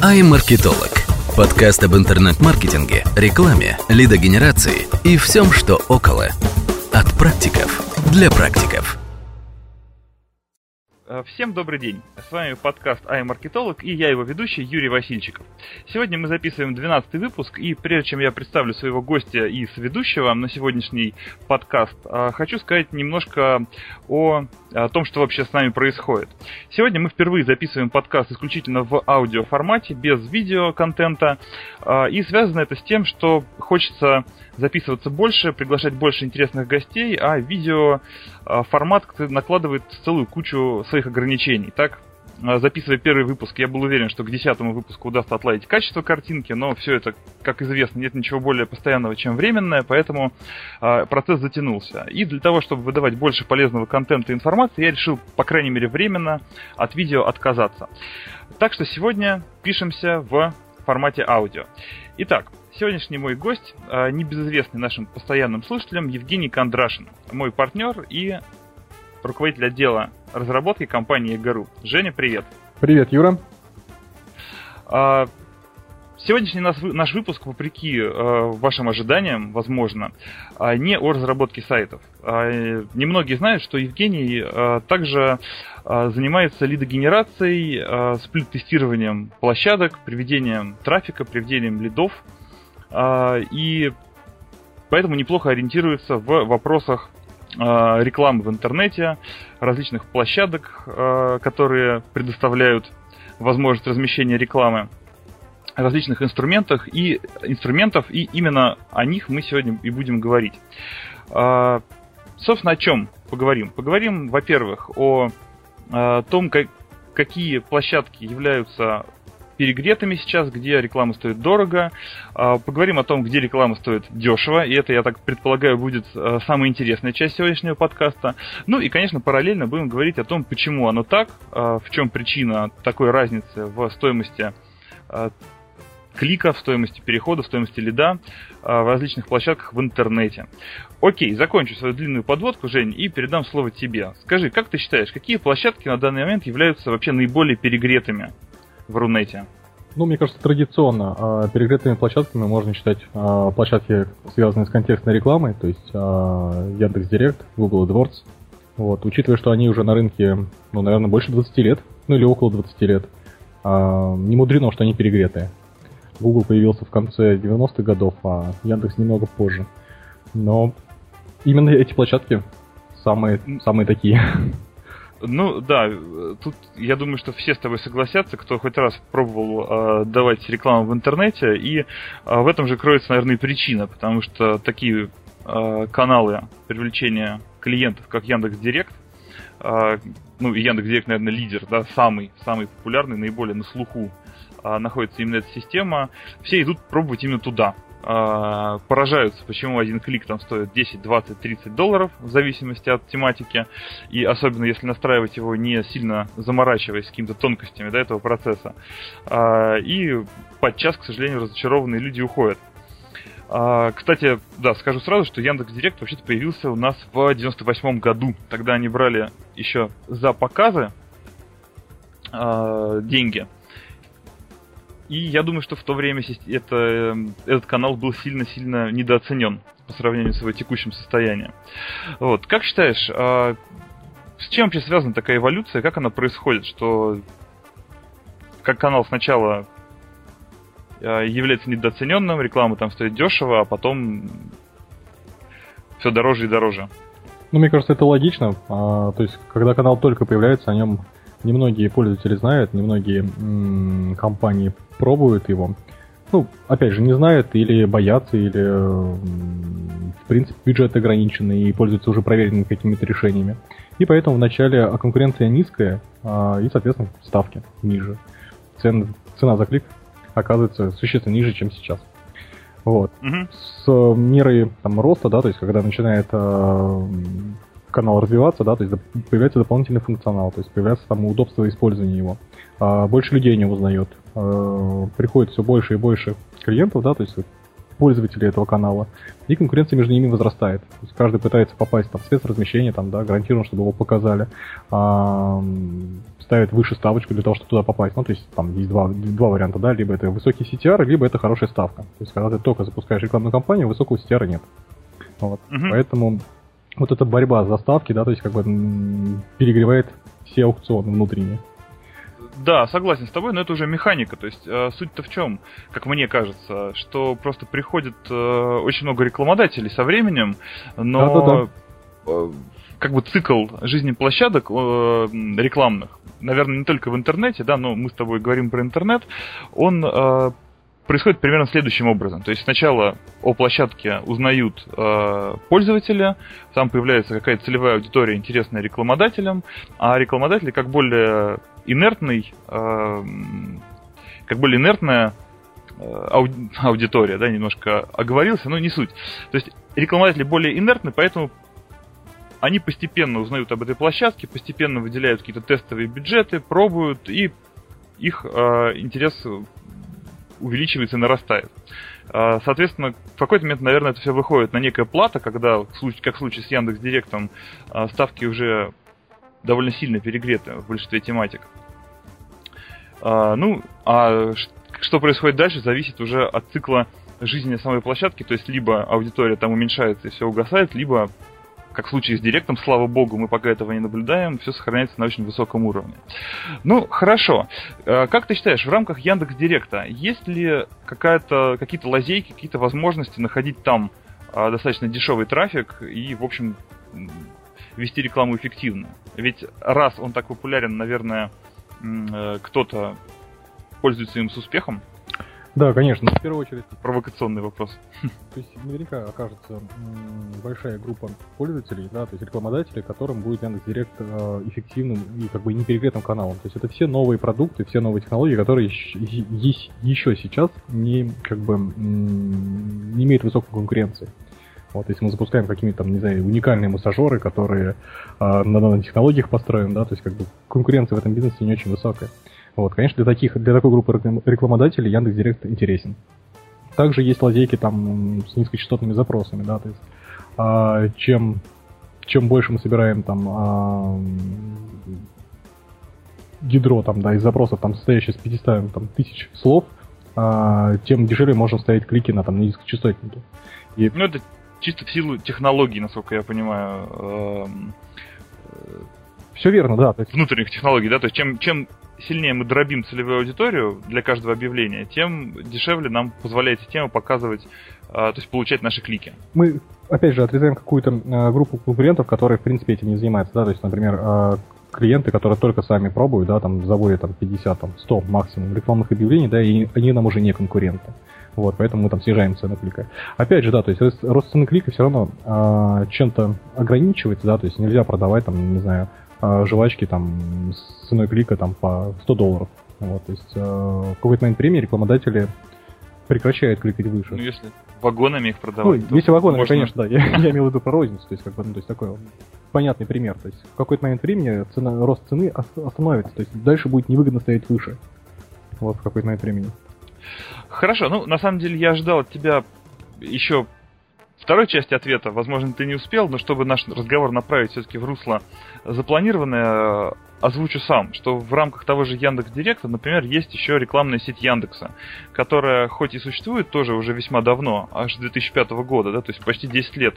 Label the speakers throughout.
Speaker 1: iMarketolog. Подкаст об интернет-маркетинге, рекламе, лидогенерации и всем, что около. От практиков для практиков.
Speaker 2: Всем добрый день. С вами подкаст iMarketolog и я его ведущий Юрий Васильчиков. Сегодня мы записываем 12-й выпуск, и прежде чем я представлю своего гостя и соведущего на сегодняшний подкаст, хочу сказать немножко о том, что вообще с нами происходит. Сегодня мы впервые записываем подкаст исключительно в аудиоформате, без видеоконтента, и связано это с тем, что хочется записываться больше, приглашать больше интересных гостей, а видеоформат накладывает целую кучу своих ограничений. Так, записывая первый выпуск, я был уверен, что к 10-му выпуску удастся отладить качество картинки, но все это, как известно, нет ничего более постоянного, чем временное, поэтому процесс затянулся. И для того, чтобы выдавать больше полезного контента и информации, я решил, по крайней мере, временно от видео отказаться. Так что сегодня пишемся в формате аудио. Итак, сегодняшний мой гость, небезызвестный нашим постоянным слушателям, Евгений Кондрашин, мой партнер и руководитель отдела разработки компании Ego.ru. Женя, привет.
Speaker 3: Привет, Юра.
Speaker 2: Сегодняшний наш выпуск, вопреки вашим ожиданиям, возможно, не о разработке сайтов. Немногие знают, что Евгений также занимается лидогенерацией, сплит-тестированием площадок, приведением трафика, приведением лидов, и поэтому неплохо ориентируется в вопросах рекламы в интернете, различных площадок, которые предоставляют возможность размещения рекламы, различных инструментов, и именно о них мы сегодня и будем говорить. Собственно, о чем поговорим? Поговорим, во-первых, о том, какие площадки являются перегретыми сейчас, где реклама стоит дорого. Поговорим о том, где реклама стоит дешево, и это, я так предполагаю, будет самая интересная часть сегодняшнего подкаста. Ну и, конечно, параллельно будем говорить о том, почему оно так, в чем причина такой разницы в стоимости клика, в стоимости перехода, в стоимости лида в различных площадках в интернете. Окей, закончу свою длинную подводку, Жень, и передам слово тебе. Скажи, как ты считаешь, какие площадки на данный момент являются вообще наиболее перегретыми в Рунете?
Speaker 3: Ну, мне кажется, традиционно перегретыми площадками можно считать площадки, связанные с контекстной рекламой, то есть Яндекс.Директ, Google AdWords. Вот, учитывая, что они уже на рынке, наверное, больше 20 лет, или около 20 лет, не мудрено, что они перегретые. Google появился в конце 90-х годов, а Яндекс немного позже. Но именно эти площадки самые такие.
Speaker 2: Ну да, тут я думаю, что все с тобой согласятся, кто хоть раз пробовал давать рекламу в интернете, и в этом же кроется, наверное, и причина, потому что такие каналы привлечения клиентов, как Яндекс.Директ, и Яндекс.Директ, наверное, лидер, да, самый популярный, наиболее на слуху находится именно эта система, все идут пробовать именно туда. Поражаются, почему один клик там стоит 10, 20, 30 долларов в зависимости от тематики, и особенно если настраивать его не сильно заморачиваясь какими-то тонкостями этого процесса. И подчас, к сожалению, разочарованные люди уходят. Кстати, да, скажу сразу, что Яндекс.Директ вообще-то появился у нас в 98-м году. Тогда они брали еще за показы деньги. И я думаю, что в то время этот канал был сильно-сильно недооценен по сравнению с его текущим состоянием. Вот. Как считаешь, с чем вообще связана такая эволюция? Как она происходит? Что как канал сначала является недооцененным, реклама там стоит дешево, а потом все дороже и дороже?
Speaker 3: Ну, мне кажется, это логично. То есть, когда канал только появляется, о нем немногие пользователи знают, немногие компании пробуют его. Ну, опять же, не знают или боятся, или в принципе бюджет ограниченный и пользуются уже проверенными какими-то решениями. И поэтому вначале конкуренция низкая, и, соответственно, ставки ниже. Цена за клик оказывается существенно ниже, чем сейчас. Вот. С мерой роста, да, то есть когда начинает канал развиваться, да, то есть появляется дополнительный функционал, то есть появляется удобство использования его. Больше людей не узнает. Приходит все больше и больше клиентов, да, то есть пользователей этого канала, и конкуренция между ними возрастает. То есть каждый пытается попасть там, в спецразмещение, там, да, гарантированно, чтобы его показали, ставит выше ставочку для того, чтобы туда попасть. Ну, то есть там есть два варианта, да, либо это высокий CTR, либо это хорошая ставка. То есть когда ты только запускаешь рекламную кампанию, высокого CTR нет. Вот. Поэтому вот эта борьба за ставки, да, то есть как бы перегревает все аукционы внутренние.
Speaker 2: Да, согласен с тобой, но это уже механика. То есть суть-то в чем, как мне кажется, что просто приходит очень много рекламодателей со временем, но как бы цикл жизни площадок рекламных, наверное, не только в интернете, да, но мы с тобой говорим про интернет, он происходит примерно следующим образом. То есть сначала о площадке узнают пользователи, там появляется какая-то целевая аудитория, интересная рекламодателям, а рекламодатели как более инертная аудитория, да, немножко оговорился, но не суть. То есть рекламодатели более инертны, поэтому они постепенно узнают об этой площадке, постепенно выделяют какие-то тестовые бюджеты, пробуют, и их интерес увеличивается и нарастает. Соответственно, в какой-то момент, наверное, это все выходит на некая плата, когда, как в случае с Яндекс.Директом, ставки уже довольно сильно перегреты в большинстве тематик. Что происходит дальше, зависит уже от цикла жизни самой площадки, то есть либо аудитория там уменьшается и все угасает, либо, как в случае с Директом, слава богу, мы пока этого не наблюдаем, все сохраняется на очень высоком уровне. Ну, хорошо. Как ты считаешь, в рамках Яндекс.Директа есть ли какие-то лазейки, какие-то возможности находить там достаточно дешевый трафик и, в общем, вести рекламу эффективно? Ведь раз он так популярен, наверное, кто-то пользуется им с успехом.
Speaker 3: Да, конечно, в первую очередь.
Speaker 2: Провокационный вопрос.
Speaker 3: То есть наверняка окажется большая группа пользователей, да, то есть рекламодателей, которым будет Яндекс.Директ эффективным и как бы не перегретым каналом. То есть это все новые продукты, все новые технологии, которые еще сейчас не имеют высокой конкуренции. Вот, если мы запускаем какие-то там, не знаю, уникальные массажеры, которые на нанотехнологиях построены, да, то есть как бы конкуренция в этом бизнесе не очень высокая. Вот, конечно, для такой группы рекламодателей Яндекс.Директ интересен. Также есть лазейки там с низкочастотными запросами, да, то есть чем больше мы собираем там ядро там, да, из запросов, там, состоящее из 500 там, тысяч слов, тем дешевле можем ставить клики на там низкочастотники.
Speaker 2: Ну, это чисто в силу технологий, насколько я понимаю.
Speaker 3: Все верно, да.
Speaker 2: То есть внутренних технологий, да, то есть чем сильнее мы дробим целевую аудиторию для каждого объявления, тем дешевле нам позволяет система показывать, то есть получать наши клики.
Speaker 3: Мы, опять же, отрезаем какую-то группу конкурентов, которые, в принципе, этим не занимаются, да, то есть, например, клиенты, которые только сами пробуют, да, там, заводят там 50, там, 100 максимум рекламных объявлений, да, и они нам уже не конкуренты. Вот, поэтому мы там снижаем цену клика. Опять же, да, то есть рост цены клика все равно чем-то ограничивается, да, то есть нельзя продавать там, не знаю, жвачки там с ценой клика там по $100. Вот, то есть в какой-то момент времени рекламодатели прекращают кликать выше.
Speaker 2: Ну, если вагонами их продавать.
Speaker 3: Ну, если вагонами, можно... конечно, да. Я имел в виду про розницу, то есть как бы, ну, то есть такой понятный пример. То есть в какой-то момент времени рост цены остановится, то есть дальше будет невыгодно стоять выше. Вот в какой-то момент времени.
Speaker 2: Хорошо, ну, на самом деле, я ждал от тебя еще второй части ответа. Возможно, ты не успел, но чтобы наш разговор направить все-таки в русло запланированное, озвучу сам, что в рамках того же Яндекс.Директа, например, есть еще рекламная сеть Яндекса, которая хоть и существует тоже уже весьма давно, аж с 2005 года, да, то есть почти 10 лет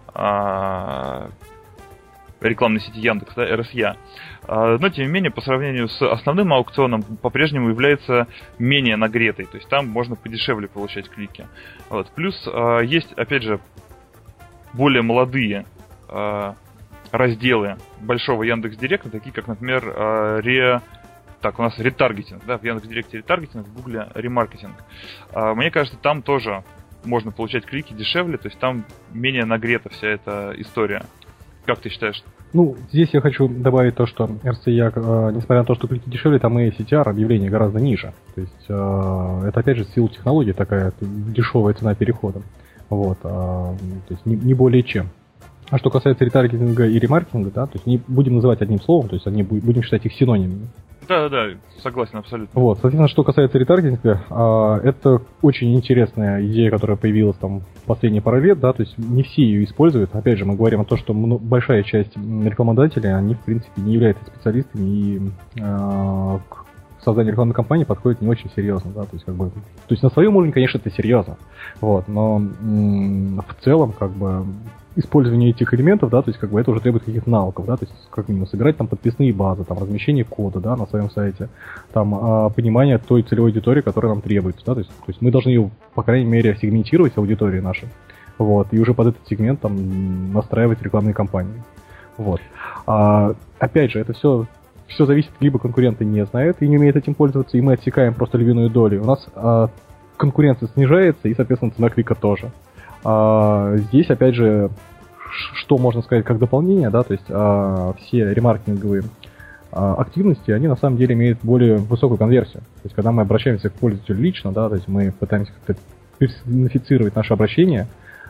Speaker 2: рекламной сети Яндекс, да, РСЯ. Но, тем не менее, по сравнению с основным аукционом, по-прежнему является менее нагретой. То есть там можно подешевле получать клики. Вот. Плюс есть, опять же, более молодые разделы большого Яндекс.Директа, такие как, например, у нас ретаргетинг. Да, в Яндекс.Директе ретаргетинг, в Гугле ремаркетинг. Мне кажется, там тоже можно получать клики дешевле, то есть там менее нагрета вся эта история. Как ты считаешь?
Speaker 3: Ну, здесь я хочу добавить то, что RCA, несмотря на то, что клики дешевле, там и CTR объявления гораздо ниже. То есть это опять же в силу технологии такая дешевая цена перехода. Вот, то есть не более чем. А что касается ретаргетинга и ремаркетинга, да, то есть не будем называть одним словом, то есть будем считать их синонимами.
Speaker 2: Да, согласен абсолютно.
Speaker 3: Вот, соответственно, что касается ретаргетинга, это очень интересная идея, которая появилась там в последние пару лет, да, то есть не все ее используют. Опять же, мы говорим о том, что большая часть рекламодателей, они, в принципе, не являются специалистами и к созданию рекламной кампании подходят не очень серьезно, да, то есть на своем уровне, конечно, это серьезно, вот, но в целом, как бы, использование этих элементов, да, то есть, как бы, это уже требует каких-то навыков, да, то есть, как минимум, собирать там подписные базы, там, размещение кода, да, на своем сайте, там, понимание той целевой аудитории, которая нам требуется, да, то есть мы должны ее, по крайней мере, сегментировать аудитории наши, вот, и уже под этот сегмент, там, настраивать рекламные кампании, вот. Опять же, это все зависит, либо конкуренты не знают и не умеют этим пользоваться, и мы отсекаем просто львиную долю. У нас конкуренция снижается, и, соответственно, цена клика тоже. Здесь, опять же, что можно сказать как дополнение, да, то есть все ремаркетинговые активности, они на самом деле имеют более высокую конверсию. То есть, когда мы обращаемся к пользователю лично, да, то есть мы пытаемся как-то персонифицировать наше обращение,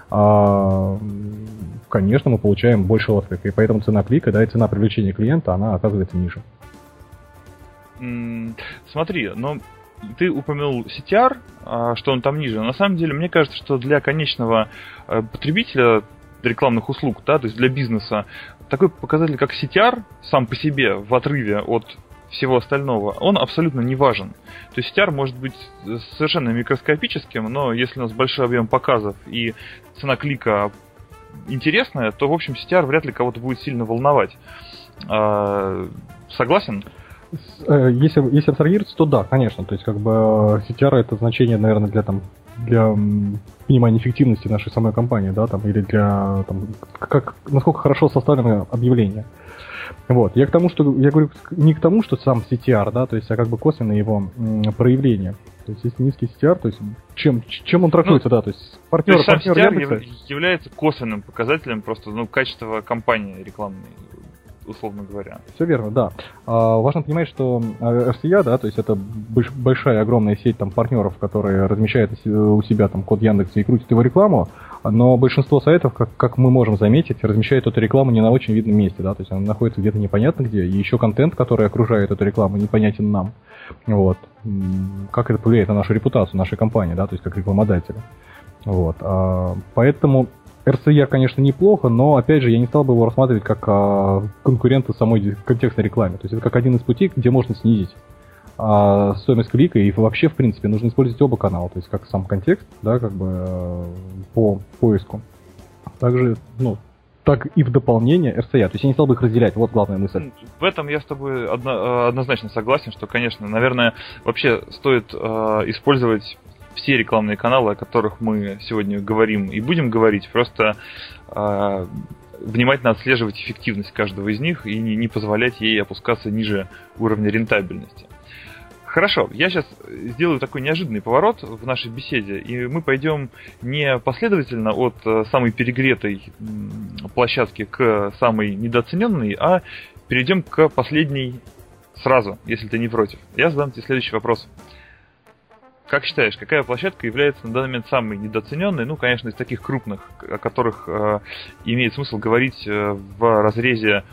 Speaker 3: конечно, мы получаем больше отклика, и поэтому цена клика, да, и цена привлечения клиента, она оказывается ниже.
Speaker 2: Смотри, но ты упомянул CTR, что он там ниже. На самом деле, мне кажется, что для конечного потребителя рекламных услуг, да, то есть для бизнеса, такой показатель, как CTR, сам по себе, в отрыве от всего остального, он абсолютно не важен. То есть CTR может быть совершенно микроскопическим, но если у нас большой объем показов и цена клика интересная, то, в общем, CTR вряд ли кого-то будет сильно волновать. Согласен?
Speaker 3: Если абстрагироваться, то да, конечно. То есть, как бы, CTR это значение, наверное, для понимания эффективности нашей самой компании, да, там, или для там, насколько хорошо составлено объявление. Вот. Я говорю не к тому, что сам CTR, да, то есть, а как бы косвенно его проявление. То есть, если низкий CTR, то есть чем он трактуется, да, то есть партнер
Speaker 2: сам CTR
Speaker 3: Яндекса
Speaker 2: является косвенным показателем просто, качества компании рекламной, условно говоря.
Speaker 3: Все верно, да. Важно понимать, что RCA, да, то есть это большая, огромная сеть там партнеров, которые размещают у себя там код Яндекса и крутят его рекламу, но большинство сайтов, как мы можем заметить, размещают эту рекламу не на очень видном месте, да, то есть она находится где-то непонятно где, и еще контент, который окружает эту рекламу, непонятен нам. Вот. Как это повлияет на нашу репутацию нашей компании, да, то есть как рекламодателя. Вот. Поэтому RCR, конечно, неплохо, но, опять же, я не стал бы его рассматривать как конкурента самой контекстной рекламе. То есть это как один из путей, где можно снизить стоимость клика, и вообще, в принципе, нужно использовать оба канала, то есть как сам контекст, да, как бы по поиску. Также, так и в дополнение RCA. То есть я не стал бы их разделять, вот главная мысль.
Speaker 2: В этом я с тобой однозначно согласен, что, конечно, наверное, вообще стоит использовать все рекламные каналы, о которых мы сегодня говорим и будем говорить, просто внимательно отслеживать эффективность каждого из них и не позволять ей опускаться ниже уровня рентабельности. Хорошо, я сейчас сделаю такой неожиданный поворот в нашей беседе, и мы пойдем не последовательно от самой перегретой площадки к самой недооцененной, а перейдем к последней сразу, если ты не против. Я задам тебе следующий вопрос. Как считаешь, какая площадка является на данный момент самой недооцененной, конечно, из таких крупных, о которых имеет смысл говорить в разрезе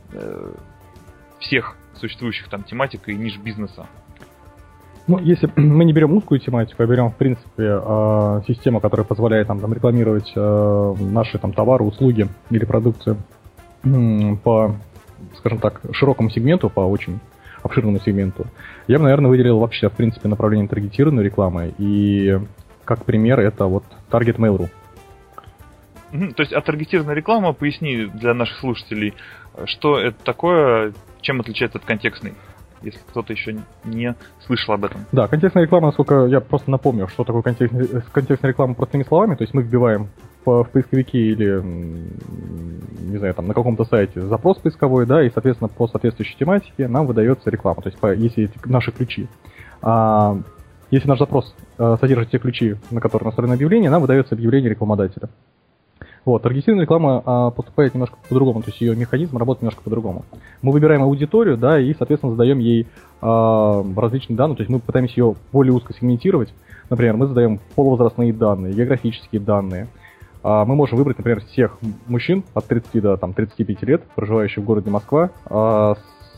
Speaker 2: всех существующих там тематик и ниш бизнеса?
Speaker 3: Если мы не берем узкую тематику, а берем, в принципе, систему, которая позволяет нам рекламировать наши там товары, услуги или продукцию по, скажем так, широкому сегменту, по очень обширному сегменту, я бы, наверное, выделил вообще, в принципе, направление таргетированной рекламы. И как пример это вот Target Mail.ru.
Speaker 2: То есть, таргетированная реклама, поясни для наших слушателей, что это такое, чем отличается от контекстной, если кто-то еще не слышал об этом.
Speaker 3: Да, контекстная реклама, насколько я просто напомню, что такое контекстная реклама простыми словами, то есть мы вбиваем в поисковике или, не знаю, там на каком-то сайте запрос поисковой, да, и, соответственно, по соответствующей тематике нам выдается реклама, то есть если наши ключи. Если наш запрос содержит те ключи, на которые настроено объявление, нам выдается объявление рекламодателя. Вот, таргетированная реклама поступает немножко по-другому, то есть ее механизм работает немножко по-другому. Мы выбираем аудиторию, да, и, соответственно, задаем ей различные данные, то есть мы пытаемся ее более узко сегментировать. Например, мы задаем полувозрастные данные, географические данные. Мы можем выбрать, например, всех мужчин от 30 до 35 лет, проживающих в городе Москва, с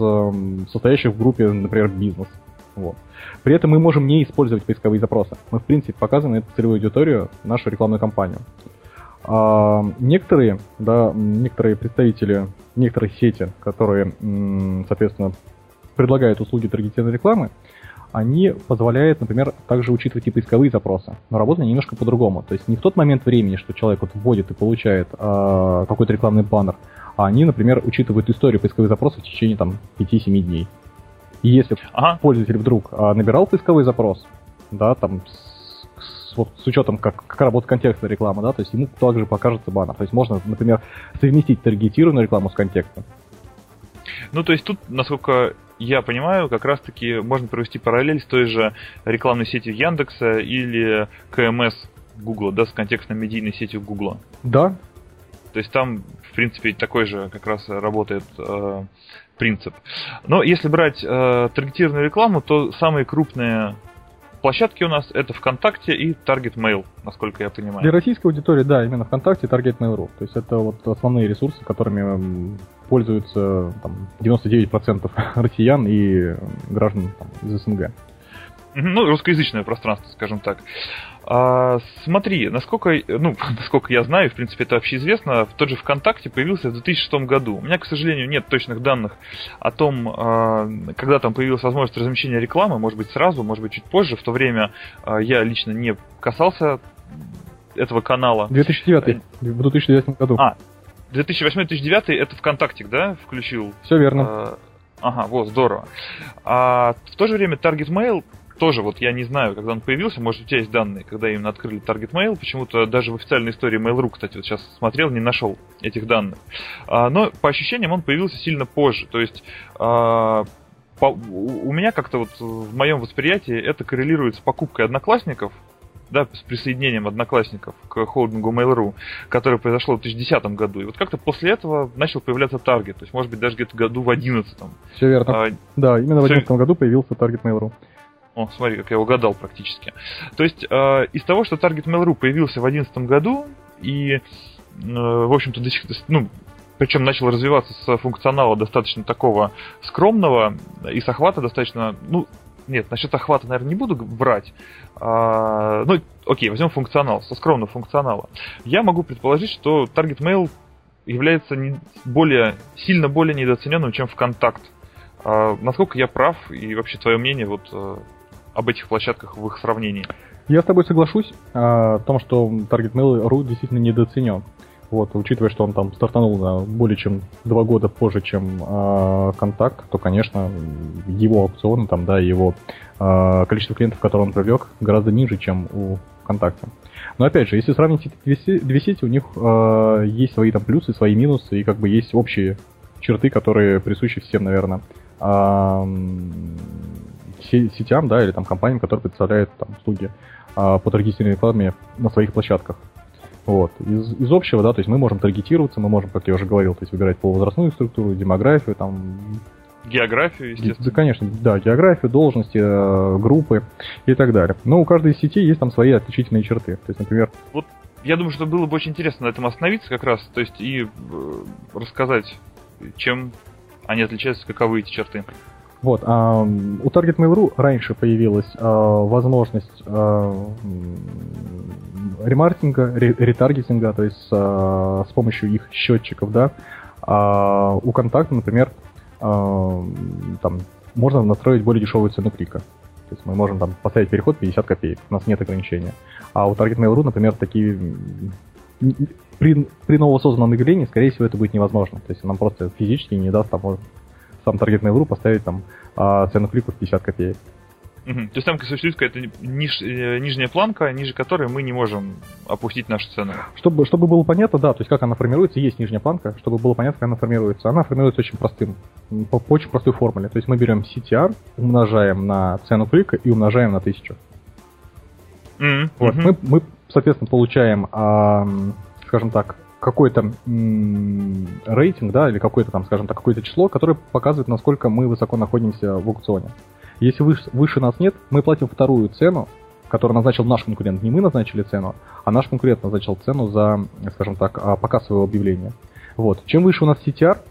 Speaker 3: состоящих в группе, например, бизнес. Вот. При этом мы можем не использовать поисковые запросы. Мы, в принципе, показываем эту целевую аудиторию, нашу рекламную кампанию. Некоторые представители, некоторые сети, которые, соответственно, предлагают услуги таргетированной рекламы, они позволяют, например, также учитывать и поисковые запросы. Но работают они немножко по-другому. То есть не в тот момент времени, что человек вот вводит и получает какой-то рекламный баннер, а они, например, учитывают историю поисковых запросов в течение 5-7 дней. И если пользователь вдруг набирал поисковой запрос, да, там с учетом, как работает контекстная реклама, да, то есть ему также покажется баннер. То есть можно, например, совместить таргетированную рекламу с контекстом.
Speaker 2: Ну, то есть тут, насколько я понимаю, как раз-таки можно провести параллель с той же рекламной сетью Яндекса или КМС Гугла, да, с контекстно-медийной сетью Гугла.
Speaker 3: Да.
Speaker 2: То есть там, в принципе, такой же как раз работает принцип. Но если брать таргетированную рекламу, то самые крупные площадки у нас это ВКонтакте и Target Mail, насколько я понимаю.
Speaker 3: Для российской аудитории, да, именно ВКонтакте и Target Mail.ru. То есть это вот основные ресурсы, которыми пользуются 99% россиян и граждан из СНГ.
Speaker 2: Ну, русскоязычное пространство, скажем так. Смотри, насколько я знаю, в принципе, это общеизвестно, тот же ВКонтакте появился в 2006 году. У меня, к сожалению, нет точных данных о том, когда там появилась возможность размещения рекламы, может быть, сразу, может быть, чуть позже. В то время я лично не касался этого канала.
Speaker 3: 2009, в 2009 году.
Speaker 2: 2008-2009 это ВКонтакте, да, включил?
Speaker 3: Все верно.
Speaker 2: Ага, вот, здорово. А в то же время Target Mail тоже, вот я не знаю, когда он появился, может, у тебя есть данные, когда именно открыли Target Mail, почему-то даже в официальной истории Mail.ru, кстати, вот сейчас смотрел, не нашел этих данных. Но по ощущениям он появился сильно позже, то есть у меня как-то вот в моем восприятии это коррелирует с покупкой Одноклассников, да, с присоединением Одноклассников к холдингу Mail.ru, которое произошло в 2010 году. И вот как-то после этого начал появляться Target, то есть, может быть, даже где-то году в 2011.
Speaker 3: Все верно. Да, именно в 2011 году появился Target Mail.ru.
Speaker 2: О, смотри, как я угадал практически. То есть, из того, что Target Mail.ru появился в 2011 году, и, в общем-то, причем начал развиваться с функционала достаточно такого скромного, и с охвата достаточно, нет, насчет охвата, наверное, не буду врать. Окей, возьмем функционал, со скромного функционала. Я могу предположить, что Target Mail является сильно более недооцененным, чем ВКонтакт. Насколько я прав, и вообще твое мнение об этих площадках в их сравнении?
Speaker 3: Я с тобой соглашусь о том, что Target Mail.ru действительно недооценен. Вот, учитывая, что он там стартанул на более чем 2 года позже, чем Контакт, то, конечно, его аукционы, его количество клиентов, которые он привлек, гораздо ниже, чем у ВКонтакте. Но опять же, если сравнить эти две сети, у них есть свои там плюсы, свои минусы, и как бы есть общие черты, которые присущи всем, наверное, сетям, да, или там компаниям, которые представляют там услуги по таргетированной рекламе на своих площадках. Вот. Из общего, да, то есть мы можем таргетироваться, мы можем, как я уже говорил, то есть выбирать по возрастную структуру, демографию,
Speaker 2: географию, естественно.
Speaker 3: Да, конечно, да, географию, должности, группы и так далее. Но у каждой сети есть там свои отличительные черты. То есть, например...
Speaker 2: Вот я думаю, что было бы очень интересно на этом остановиться как раз, то есть и рассказать, чем они отличаются, каковы эти черты.
Speaker 3: Вот, у Target Mail.ru раньше появилась возможность ремаркетинга, ретаргетинга, то есть с помощью их счетчиков, да. У Контакта, например, там можно настроить более дешевую цену клика. То есть мы можем там поставить переход 50 копеек, у нас нет ограничения. А у Target Mail.ru, например, такие... При новосозданном объявлении, скорее всего, это будет невозможно. То есть нам просто физически не даст сам Target Mail.ru поставить там цену клика в 50 копеек.
Speaker 2: То есть там существует какая-то нижняя планка, ниже которой мы не можем опустить нашу цену.
Speaker 3: Чтобы было понятно, да, то есть как она формируется, есть нижняя планка, чтобы было понятно, как она формируется. Она формируется очень по очень простой формуле. То есть мы берем CTR, умножаем на цену клика и умножаем на 1000. Вот, мы, соответственно, получаем, скажем так, какой-то рейтинг, да, или какое-то там, скажем так, какое-то число, которое показывает, насколько мы высоко находимся в аукционе. Если выше нас нет, мы платим вторую цену, которую назначил наш конкурент. Не мы назначили цену, а наш конкурент назначил цену за, скажем так, показ своего объявления. Вот. Чем выше у нас CTR,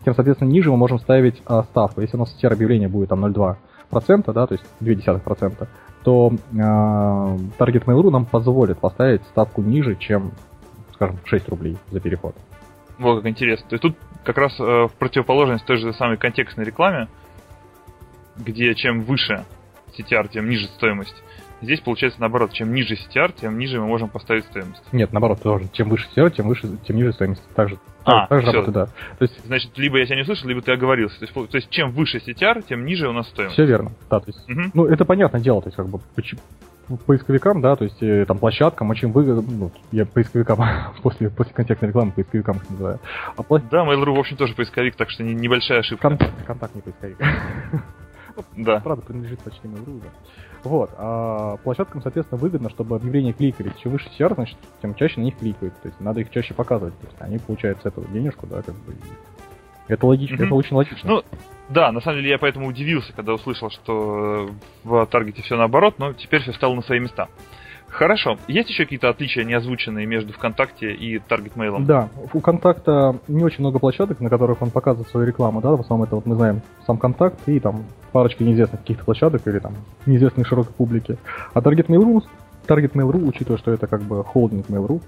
Speaker 3: тем, соответственно, ниже мы можем ставить ставку. Если у нас CTR-объявление будет там 0,2%, да, то есть 0,2%, то Target Mail.ru нам позволит поставить ставку ниже, чем, скажем, 6 рублей за переход.
Speaker 2: Вот как интересно. То есть тут как раз в противоположность той же самой контекстной рекламе, где чем выше CTR, тем ниже стоимость. Здесь получается наоборот, чем ниже CTR, тем ниже мы можем поставить стоимость.
Speaker 3: Нет, наоборот, тоже. Чем выше CTR, тем ниже стоимость. Так же работает, да. То есть,
Speaker 2: значит, либо я тебя не услышал, либо ты оговорился. То есть чем выше CTR, тем ниже у нас стоимость.
Speaker 3: Все верно. Да, то есть, ну, это понятное дело, то есть, как бы, поисковикам, да, то есть, там, площадкам очень выгодно, ну, я поисковикам после контекстной рекламы поисковикам их называю.
Speaker 2: Да, Mail.ru, в общем, тоже поисковик, так что небольшая ошибка.
Speaker 3: Контакт не поисковик.
Speaker 2: Да.
Speaker 3: Правда, принадлежит почти Mail.ru, да. Вот. А площадкам, соответственно, выгодно, чтобы объявления кликали. Чем выше CTR, значит, тем чаще на них кликают. То есть надо их чаще показывать. То есть они получают с этого денежку, да, как бы. Это логично, это очень логично.
Speaker 2: Ну, да, на самом деле я поэтому удивился, когда услышал, что в Таргете все наоборот, но теперь все стало на свои места. Хорошо. Есть еще какие-то отличия неозвученные между ВКонтакте и Target Mail?
Speaker 3: Да, у Контакта не очень много площадок, на которых он показывает свою рекламу, да, в основном это вот мы знаем сам Контакт и там парочка неизвестных каких-то площадок или там неизвестной широкой публике. А Target Mail.ru, учитывая, что это как бы холдинг Mail.ru,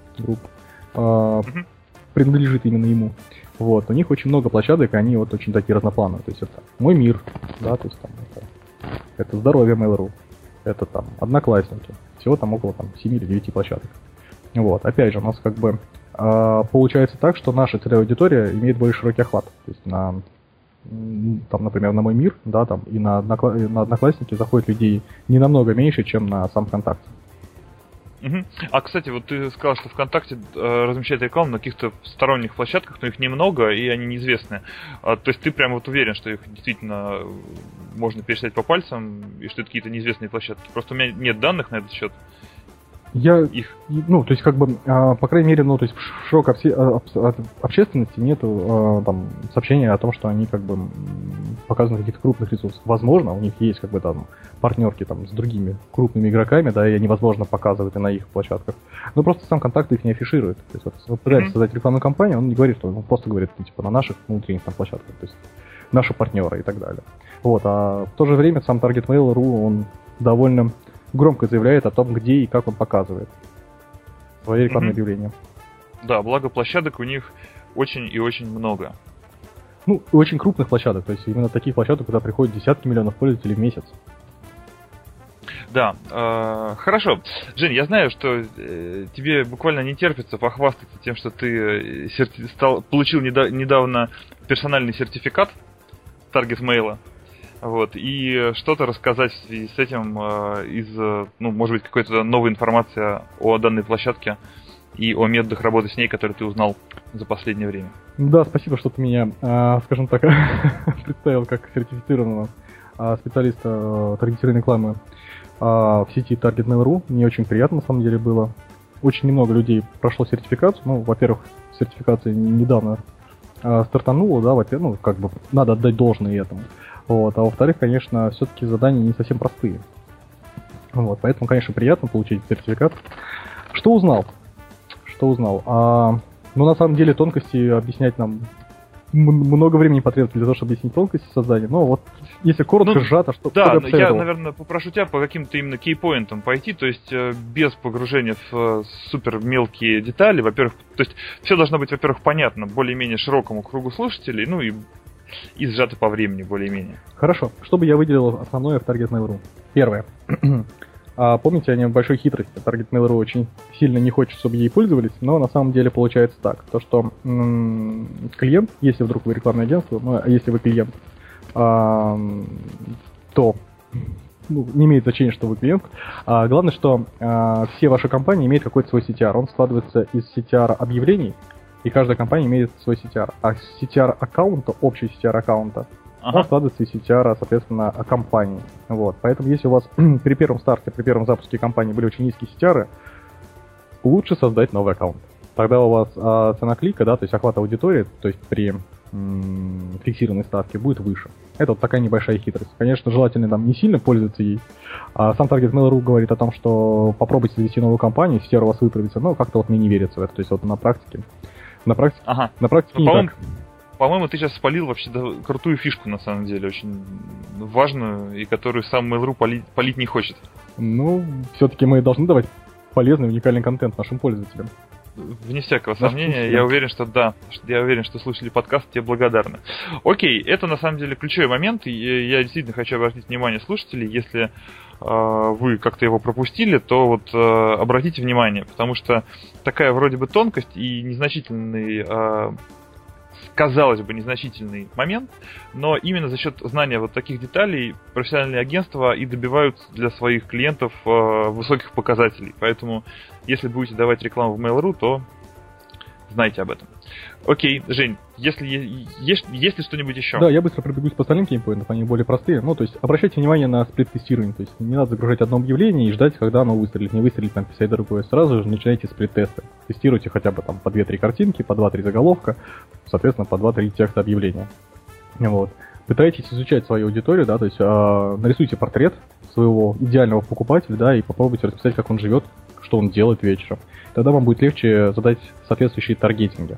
Speaker 3: принадлежит именно ему. Вот, у них очень много площадок, и они вот очень такие разноплановые. То есть это Мой мир, да, то есть там это здоровье Mail.ru, это там Одноклассники. Всего там около 7 или 9 площадок. Вот, опять же, у нас как бы получается так, что наша целевая аудитория имеет более широкий охват. То есть там, например, на Мой мир, да, там, и на Одноклассники заходит людей не намного меньше, чем на сам ВКонтакте.
Speaker 2: А, кстати, вот ты сказал, что ВКонтакте размещает рекламу на каких-то сторонних площадках, но их немного, и они неизвестны. То есть ты прям вот уверен, что их действительно можно пересчитать по пальцам, и что это какие-то неизвестные площадки? Просто у меня нет данных на этот счет.
Speaker 3: То есть, как бы, по крайней мере, ну, то есть в широкой общественности нету там сообщения о том, что они как бы показаны на каких-то крупных ресурсах. Возможно, у них есть как бы там партнерки там с другими крупными игроками, да, и они, возможно, показывают и на их площадках. Но просто сам Контакт их не афиширует. То есть, вот, если вы пытаетесь создать рекламную кампанию, он не говорит, что он просто говорит, типа, на наших внутренних там площадках, то есть наши партнеры и так далее. Вот, а в то же время сам Target Mail.ru, он довольно громко заявляет о том, где и как он показывает свои рекламные объявления.
Speaker 2: Да, благо площадок у них очень и очень много.
Speaker 3: Ну, очень крупных площадок, то есть именно таких площадок, куда приходят десятки миллионов пользователей в месяц.
Speaker 2: Да, хорошо. Жень, я знаю, что тебе буквально не терпится похвастаться тем, что ты получил недавно персональный сертификат Target Mail. Вот, и что-то рассказать в связи с этим может быть, какой-то новой информации о данной площадке и о методах работы с ней, которые ты узнал за последнее время. Да,
Speaker 3: спасибо, что ты меня, скажем так, представил как сертифицированного специалиста таргетированной рекламы в сети Target Mail.ru. Мне очень приятно, на самом деле, было. Очень немного людей прошло сертификацию. Ну, во-первых, сертификация недавно стартанула, да, как бы надо отдать должное этому. Вот, а во-вторых, конечно, все-таки задания не совсем простые. Вот, поэтому, конечно, приятно получить сертификат. Что узнал? На самом деле, тонкости объяснять нам много времени потребуется для того, чтобы объяснить тонкости создания. Но вот, если коротко, сжато, что...
Speaker 2: Да, я, наверное, попрошу тебя по каким-то именно кейпоинтам пойти, то есть без погружения в супер мелкие детали. Во-первых, то есть все должно быть, во-первых, понятно более-менее широкому кругу слушателей, ну и сжато по времени более-менее. Хорошо.
Speaker 3: Что бы я выделил основное в Target Mail.ru? Первое. Помните о небольшой хитрости. Target Mail.ru очень сильно не хочет, чтобы ей пользовались, но на самом деле получается так. То, что клиент, если вдруг вы рекламное агентство, ну, а если вы клиент, то не имеет значения, что вы клиент. Главное, что все ваши компании имеют какой-то свой CTR. Он складывается из CTR объявлений, и каждая компания имеет свой CTR. А CTR аккаунта, общий CTR аккаунта, он складывается из CTR, соответственно, компании. Вот. Поэтому если у вас при первом старте, при первом запуске компании были очень низкие CTR, лучше создать новый аккаунт. Тогда у вас цена клика, да, то есть охват аудитории, то есть при фиксированной ставке будет выше. Это вот такая небольшая хитрость. Конечно, желательно там не сильно пользоваться ей. Сам Target Mail.ru говорит о том, что попробуйте завести новую компанию, CTR у вас выправится, но как-то вот мне не верится в это. То есть вот на практике никак.
Speaker 2: по-моему, ты сейчас спалил вообще крутую фишку, на самом деле, очень важную, и которую сам Mail.ru палить не хочет.
Speaker 3: Ну, все-таки мы должны давать полезный, уникальный контент нашим пользователям.
Speaker 2: Вне всякого сомнения, я уверен, что да. Я уверен, что слушатели подкаста тебе благодарны. Окей, это на самом деле ключевой момент, и я действительно хочу обратить внимание слушателей, если вы как-то его пропустили, то вот обратите внимание, потому что такая вроде бы тонкость и незначительный, казалось бы, незначительный момент, но именно за счет знания вот таких деталей профессиональные агентства и добиваются для своих клиентов высоких показателей. Поэтому, если будете давать рекламу в Mail.ru, то знайте об этом. Окей, Жень, есть ли что-нибудь еще?
Speaker 3: Да, я быстро пробегусь по остальным кейнпоинтам, они более простые. Ну, то есть, обращайте внимание на сплит-тестирование. То есть, не надо загружать одно объявление и ждать, когда оно выстрелит. Не выстрелит, там, писать другое. Сразу же начинайте сплит-тесты. Тестируйте хотя бы там по 2-3 картинки, по 2-3 заголовка, соответственно, по 2-3 текста объявления. Вот. Пытайтесь изучать свою аудиторию, да, то есть, нарисуйте портрет своего идеального покупателя, да, и попробуйте расписать, как он живет, что он делает вечером. Тогда вам будет легче задать соответствующие таргетинги.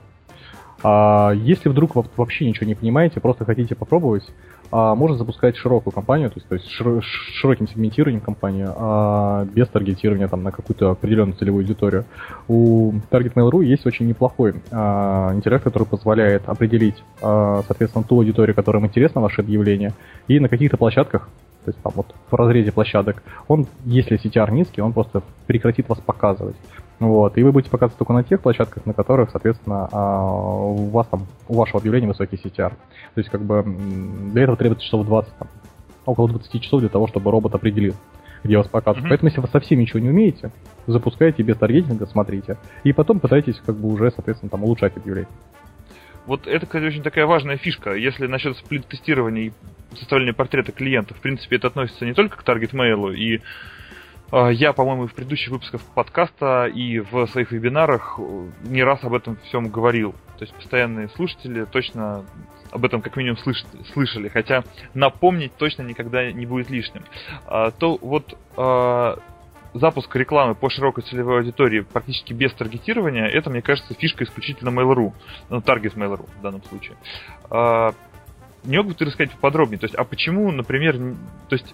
Speaker 3: Если вдруг вообще ничего не понимаете, просто хотите попробовать, можно запускать широкую кампанию, то есть широким сегментированием кампанию, без таргетирования там, на какую-то определенную целевую аудиторию. У Target Mail.ru есть очень неплохой интерфейс, который позволяет определить, соответственно, ту аудиторию, которым интересно ваше объявление, и на каких-то площадках, то есть там вот в разрезе площадок, он, если CTR низкий, он просто прекратит вас показывать. Вот, и вы будете показывать только на тех площадках, на которых, соответственно, у вашего объявления высокий CTR. То есть, как бы, для этого требуется часов 20, там, около 20 часов для того, чтобы робот определил, где вас показывают. Поэтому, если вы совсем ничего не умеете, запускайте без таргетинга, смотрите, и потом пытайтесь, как бы, уже, соответственно, там, улучшать объявление.
Speaker 2: Вот это, кстати, очень такая важная фишка. Если насчет сплит-тестирования и составления портрета клиента, в принципе, это относится не только к Target Mail, и я, по-моему, в предыдущих выпусках подкаста и в своих вебинарах не раз об этом всем говорил. То есть постоянные слушатели точно об этом как минимум слышали, хотя напомнить точно никогда не будет лишним. То вот запуск рекламы по широкой целевой аудитории практически без таргетирования, это, мне кажется, фишка исключительно Mail.ru, ну, Target Mail.ru в данном случае. Не мог бы ты рассказать поподробнее? То есть, а почему, например, то есть,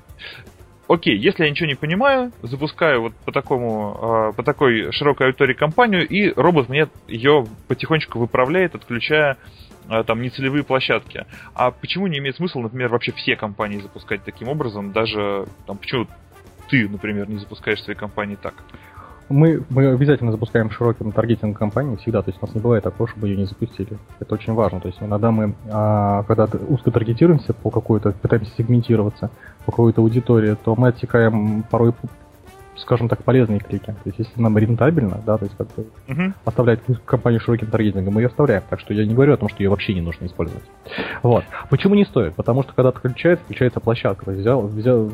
Speaker 2: окей, если я ничего не понимаю, запускаю вот по такой широкой аудитории компанию, и робот мне ее потихонечку выправляет, отключая там нецелевые площадки. А почему не имеет смысла, например, вообще все компании запускать таким образом? Даже там, почему ты, например, не запускаешь свои компании так?
Speaker 3: Мы обязательно запускаем широким таргетинг компании всегда, то есть у нас не бывает такого, чтобы ее не запустили. Это очень важно. То есть иногда мы, когда узко таргетируемся по какой-то, пытаемся сегментироваться по какой-то аудитории, то мы отсекаем порой, скажем так, полезные клики. То есть если нам рентабельно, да, то есть как-то оставлять компанию широким таргетингом, мы ее оставляем. Так что я не говорю о том, что ее вообще не нужно использовать. Вот. Почему не стоит? Потому что когда отключается площадка. То есть взял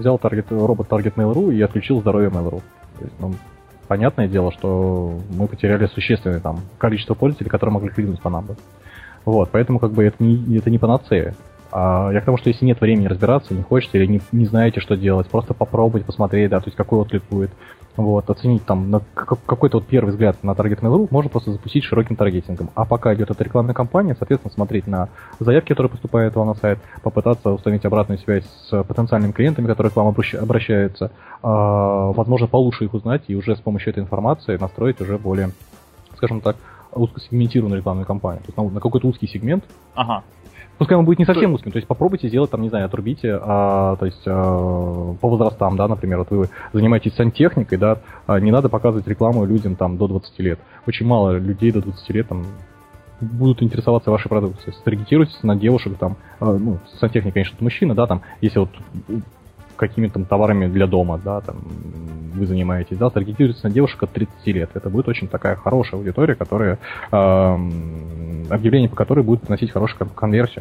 Speaker 3: робот Target Mail.ru и отключил здоровье Mail.ru. То есть, понятное дело, что мы потеряли существенное там количество пользователей, которые могли кликнуть по нам. Вот, поэтому как бы это не панацея. Я к тому, что если нет времени разбираться, не хочется или не знаете, что делать, просто попробовать, посмотреть, да, то есть какой отклик будет. Вот, оценить там на какой-то вот первый взгляд на Target Mail.ru можно просто запустить широким таргетингом. А пока идет эта рекламная кампания, соответственно, смотреть на заявки, которые поступают вам на сайт, попытаться установить обратную связь с потенциальными клиентами, которые к вам обращаются, возможно, получше их узнать и уже с помощью этой информации настроить уже более, скажем так, узкосегментированную рекламную кампанию. То есть на какой-то узкий сегмент.
Speaker 2: Ага.
Speaker 3: Пускай он будет не совсем узким, то есть попробуйте сделать там, не знаю, отрубите, то есть по возрастам, да, например, вот вы занимаетесь сантехникой, да, не надо показывать рекламу людям там до 20 лет. Очень мало людей до 20 лет там будут интересоваться вашей продукцией. Таргетируйтесь на девушек там, сантехник, конечно, это мужчина, да, там, если вот какими-то там товарами для дома, да, там вы занимаетесь, да, таргетируйтесь на девушек от 30 лет. Это будет очень такая хорошая аудитория, которая объявление по которой будет приносить хорошую конверсию.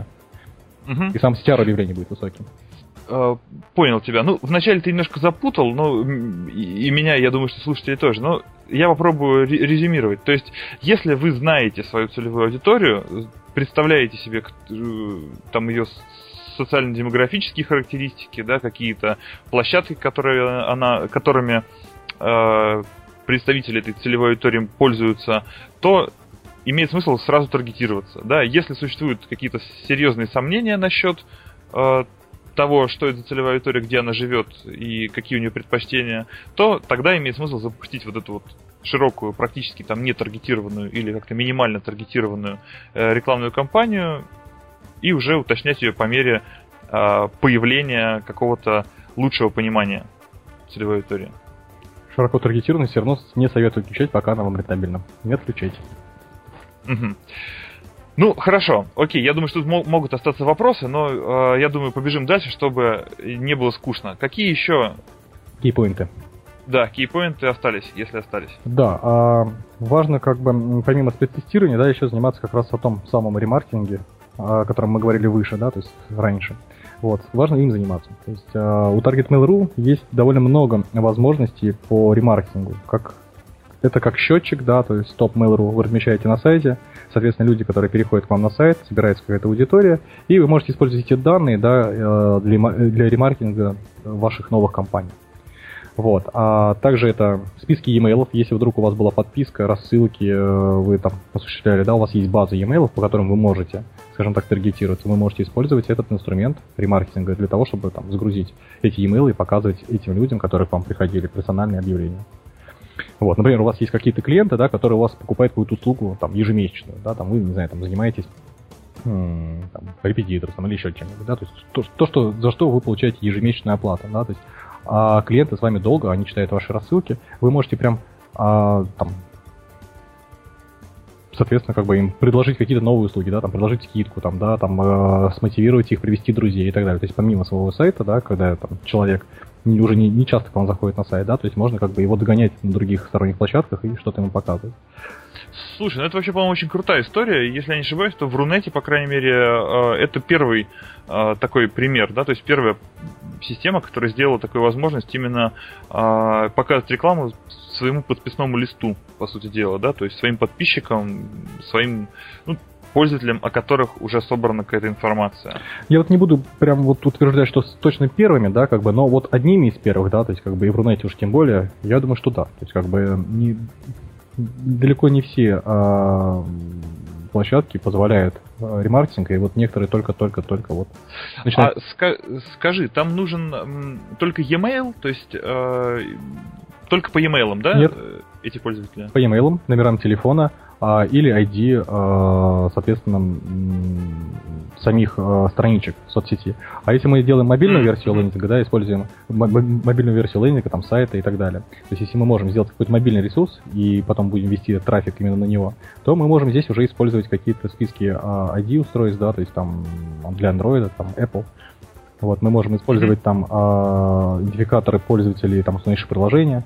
Speaker 3: И сам CTR объявление будет высоким.
Speaker 2: Понял тебя. Ну, вначале ты немножко запутал, но и меня, я думаю, что слушатели тоже. Но я попробую резюмировать. То есть, если вы знаете свою целевую аудиторию, представляете себе там ее социально-демографические характеристики, да, какие-то площадки, которыми представители этой целевой аудитории пользуются, то имеет смысл сразу таргетироваться. Да? Если существуют какие-то серьезные сомнения насчет того, что это за целевая аудитория, где она живет и какие у нее предпочтения, то тогда имеет смысл запустить вот эту вот широкую, практически там не таргетированную или как-то минимально таргетированную рекламную кампанию и уже уточнять ее по мере появления какого-то лучшего понимания целевой аудитории.
Speaker 3: Широко таргетированность все равно не советую отключать, пока она вам рентабельна. Не отключайте.
Speaker 2: Угу. Ну, хорошо. Окей, я думаю, что тут могут остаться вопросы, но я думаю, побежим дальше, чтобы не было скучно. Какие еще...
Speaker 3: Кейпоинты.
Speaker 2: Да, кейпоинты остались, если остались.
Speaker 3: Да, важно как бы помимо спецтестирования, да, еще заниматься как раз о том самом ремаркетинге, о котором мы говорили выше, да, то есть раньше. Вот, важно им заниматься. То есть у Target Mail.ru есть довольно много возможностей по ремаркетингу. Это как счетчик, да, то есть топ Mail.ru вы размещаете на сайте, соответственно, люди, которые переходят к вам на сайт, собирается какая-то аудитория, и вы можете использовать эти данные, да, для ремаркетинга ваших новых компаний. Вот. А также это списки e-mail. Если вдруг у вас была подписка, рассылки, вы там осуществляли, да, у вас есть база e-mail, по которым вы можете, скажем так, таргетироваться, вы можете использовать этот инструмент ремаркетинга для того, чтобы там загрузить эти e-mail и показывать этим людям, которые к вам приходили, персональные объявления. Вот, например, у вас есть какие-то клиенты, да, которые у вас покупают какую-то услугу там ежемесячную, да, там вы, не знаю, там занимаетесь там, репетиторством или еще чем-нибудь, да, то есть за что вы получаете ежемесячную оплату, да, то есть а клиенты с вами долго, они читают ваши рассылки, вы можете прям там, соответственно, как бы им предложить какие-то новые услуги, да, там, предложить скидку, там, да, там, смотивировать их, привести друзей и так далее. То есть помимо своего сайта, да, когда там человек уже не часто к вам заходит на сайт, да, то есть можно как бы его догонять на других сторонних площадках и что-то ему показывать.
Speaker 2: Слушай, ну это вообще, по-моему, очень крутая история. Если я не ошибаюсь, то в Рунете, по крайней мере, это первый такой пример, да, то есть первая система, которая сделала такую возможность именно показывать рекламу своему подписному листу, по сути дела, да, то есть своим подписчикам, своим пользователям, о которых уже собрана какая-то информация.
Speaker 3: Я вот не буду прям вот утверждать, что точно первыми, да, как бы, но вот одними из первых, да, то есть как бы и в Рунете уж тем более, я думаю, что да, то есть как бы далеко не все площадки позволяют ремаркетинг, и вот некоторые только вот начинают...
Speaker 2: Скажи, там нужен только e-mail, то есть только по e-mail, да?
Speaker 3: Нет.
Speaker 2: Эти пользователи?
Speaker 3: По e-mail, номерам телефона или ID, соответственно, самих страничек в соцсети. А если мы делаем мобильную версию лендинга, да, используем мобильную версию лендинга, там, сайта и так далее. То есть, если мы можем сделать какой-то мобильный ресурс и потом будем вести трафик именно на него, то мы можем здесь уже использовать какие-то списки ID устройств, да, то есть там для Android, там Apple. Вот, мы можем использовать там идентификаторы пользователей там установивших приложения.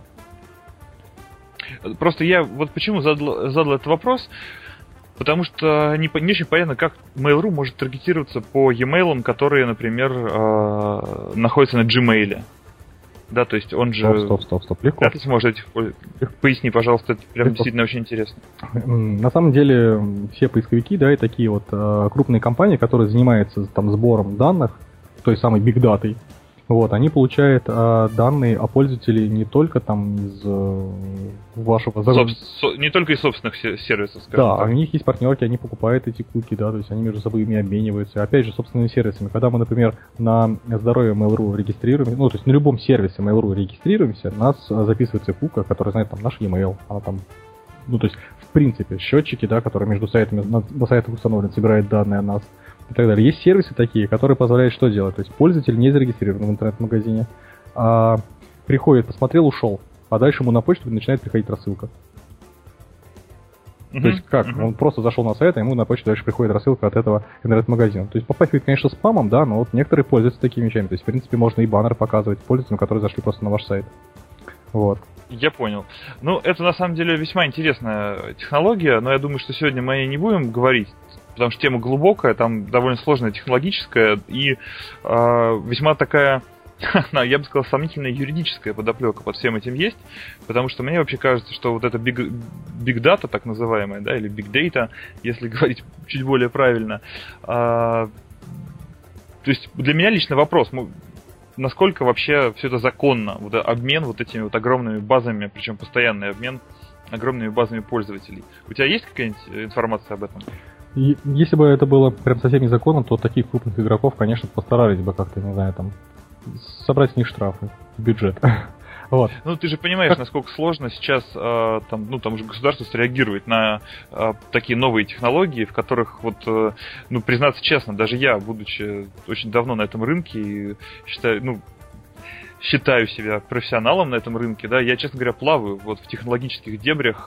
Speaker 2: Просто я вот почему задал этот вопрос, потому что не очень понятно, как Mail.ru может таргетироваться по e-mail, которые, например, находятся на Gmail. Да, то есть он же...
Speaker 3: Стоп, легко.
Speaker 2: Как ты сможешь этих... Поясни, пожалуйста, это прям
Speaker 3: легко.
Speaker 2: Действительно очень интересно.
Speaker 3: На самом деле, все поисковики, да, и такие вот крупные компании, которые занимаются там сбором данных, той самой Big Data, вот, они получают данные о пользователе не только там из вашего...
Speaker 2: Не только из собственных сервисов, скажем
Speaker 3: да,
Speaker 2: так.
Speaker 3: у них есть партнерки, они покупают эти куки, да, то есть они между собой ими обмениваются. Опять же, собственными сервисами. Когда мы, например, на здоровье Mail.ru регистрируемся, ну, то есть на любом сервисе Mail.ru регистрируемся, у нас записывается кука, которая знает там наш e-mail, она там, ну, то есть, в принципе, счетчики, да, которые между сайтами, на сайтах установлены, собирают данные о нас. И так далее. Есть сервисы такие, которые позволяют что делать? То есть пользователь не зарегистрирован в интернет-магазине, приходит, посмотрел, ушел, а дальше ему на почту начинает приходить рассылка. То есть как? Он просто зашел на сайт, а ему на почту дальше приходит рассылка от этого интернет-магазина. То есть попахивает, конечно, спамом, да, но вот некоторые пользуются такими вещами. То есть, в принципе, можно и баннер показывать пользователям, которые зашли просто на ваш сайт. Вот.
Speaker 2: Я понял. Ну, это на самом деле весьма интересная технология, но я думаю, что сегодня мы о ней не будем говорить, потому что тема глубокая, там довольно сложная технологическая и весьма такая, я бы сказал, сомнительная юридическая подоплека под всем этим есть, потому что мне вообще кажется, что вот эта big data, так называемая, да, или big data, если говорить чуть более правильно, то есть для меня лично вопрос, насколько вообще все это законно, вот обмен вот этими вот огромными базами, причем постоянный обмен огромными базами пользователей. У тебя есть какая-нибудь информация об этом?
Speaker 3: И если бы это было прям совсем незаконно, то таких крупных игроков, конечно, постарались бы как-то, не знаю, там, собрать с них штрафы в бюджет. Вот.
Speaker 2: Ну, ты же понимаешь, насколько сложно сейчас там уже государство среагирует на такие новые технологии, в которых, признаться честно, даже я, будучи очень давно на этом рынке, и считаю себя профессионалом на этом рынке, да, я, честно говоря, плаваю в технологических дебрях,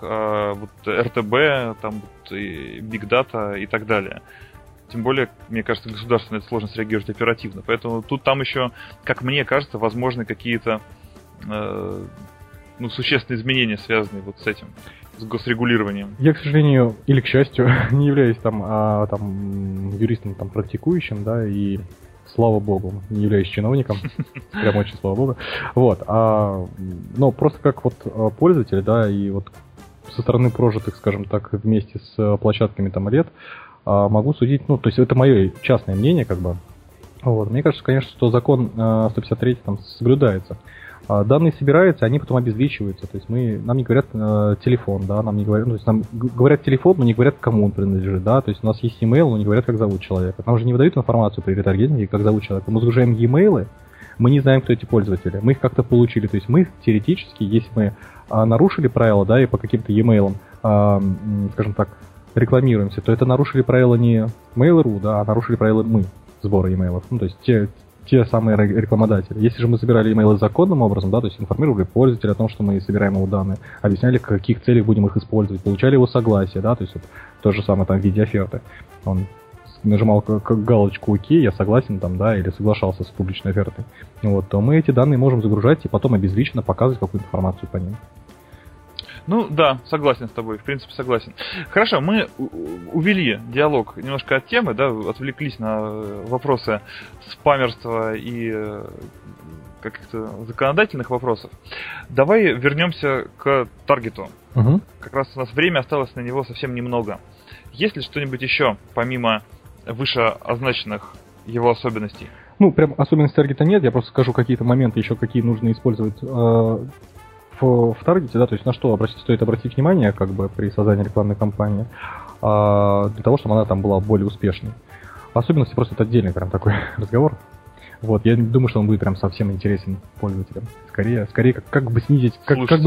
Speaker 2: РТБ, Big Data и так далее. Тем более, мне кажется, государство на это сложно среагировать оперативно. Поэтому там еще, как мне кажется, возможны какие-то существенные изменения, связанные с этим, с госрегулированием.
Speaker 3: Я, к сожалению, или к счастью, не являюсь юристом практикующим, да, и слава богу, не являюсь чиновником, прям очень слава богу. Но просто как пользователь, да, и со стороны прожитых, скажем так, вместе с площадками лет, могу судить, то есть это мое частное мнение, как бы. Мне кажется, конечно, что закон 153 соблюдается. Данные собираются, они потом обезличиваются. То есть нам не говорят телефон, да, нам не говорят, нам говорят телефон, но не говорят, кому он принадлежит, да. То есть у нас есть e-mail, но не говорят, как зовут человека. Нам же не выдают информацию при ретаргетинге, как зовут человека. Мы загружаем e-mail, мы не знаем, кто эти пользователи. Мы их как-то получили. То есть мы теоретически, если мы нарушили правила, да, и по каким-то e-mail, скажем так, рекламируемся, то это нарушили правила не Mail.ru, да, а нарушили правила мы сбора e-mail. То есть те самые рекламодатели. Если же мы собирали имейлы законным образом, да, то есть информировали пользователя о том, что мы собираем его данные, объясняли, в каких целях будем их использовать, получали его согласие, да, то есть то же самое в виде оферты. Он нажимал галочку «Ок», я согласен да, или соглашался с публичной офертой, то мы эти данные можем загружать и потом обезличенно показывать какую-то информацию по ним.
Speaker 2: Да, согласен с тобой, в принципе согласен. Хорошо, мы увели диалог немножко от темы, да, отвлеклись на вопросы спамерства и каких-то законодательных вопросов. Давай вернемся к таргету.
Speaker 3: Угу.
Speaker 2: Как раз у нас время осталось на него совсем немного. Есть ли что-нибудь еще, помимо вышеозначенных его особенностей?
Speaker 3: Прям особенностей таргета нет, я просто скажу какие-то моменты еще, какие нужно использовать в таргете, да, то есть на что стоит обратить внимание, как бы при создании рекламной кампании, для того, чтобы она была более успешной. Особенности просто это отдельный прям такой разговор. Я думаю, что он будет прям совсем интересен пользователям. Скорее как бы снизить,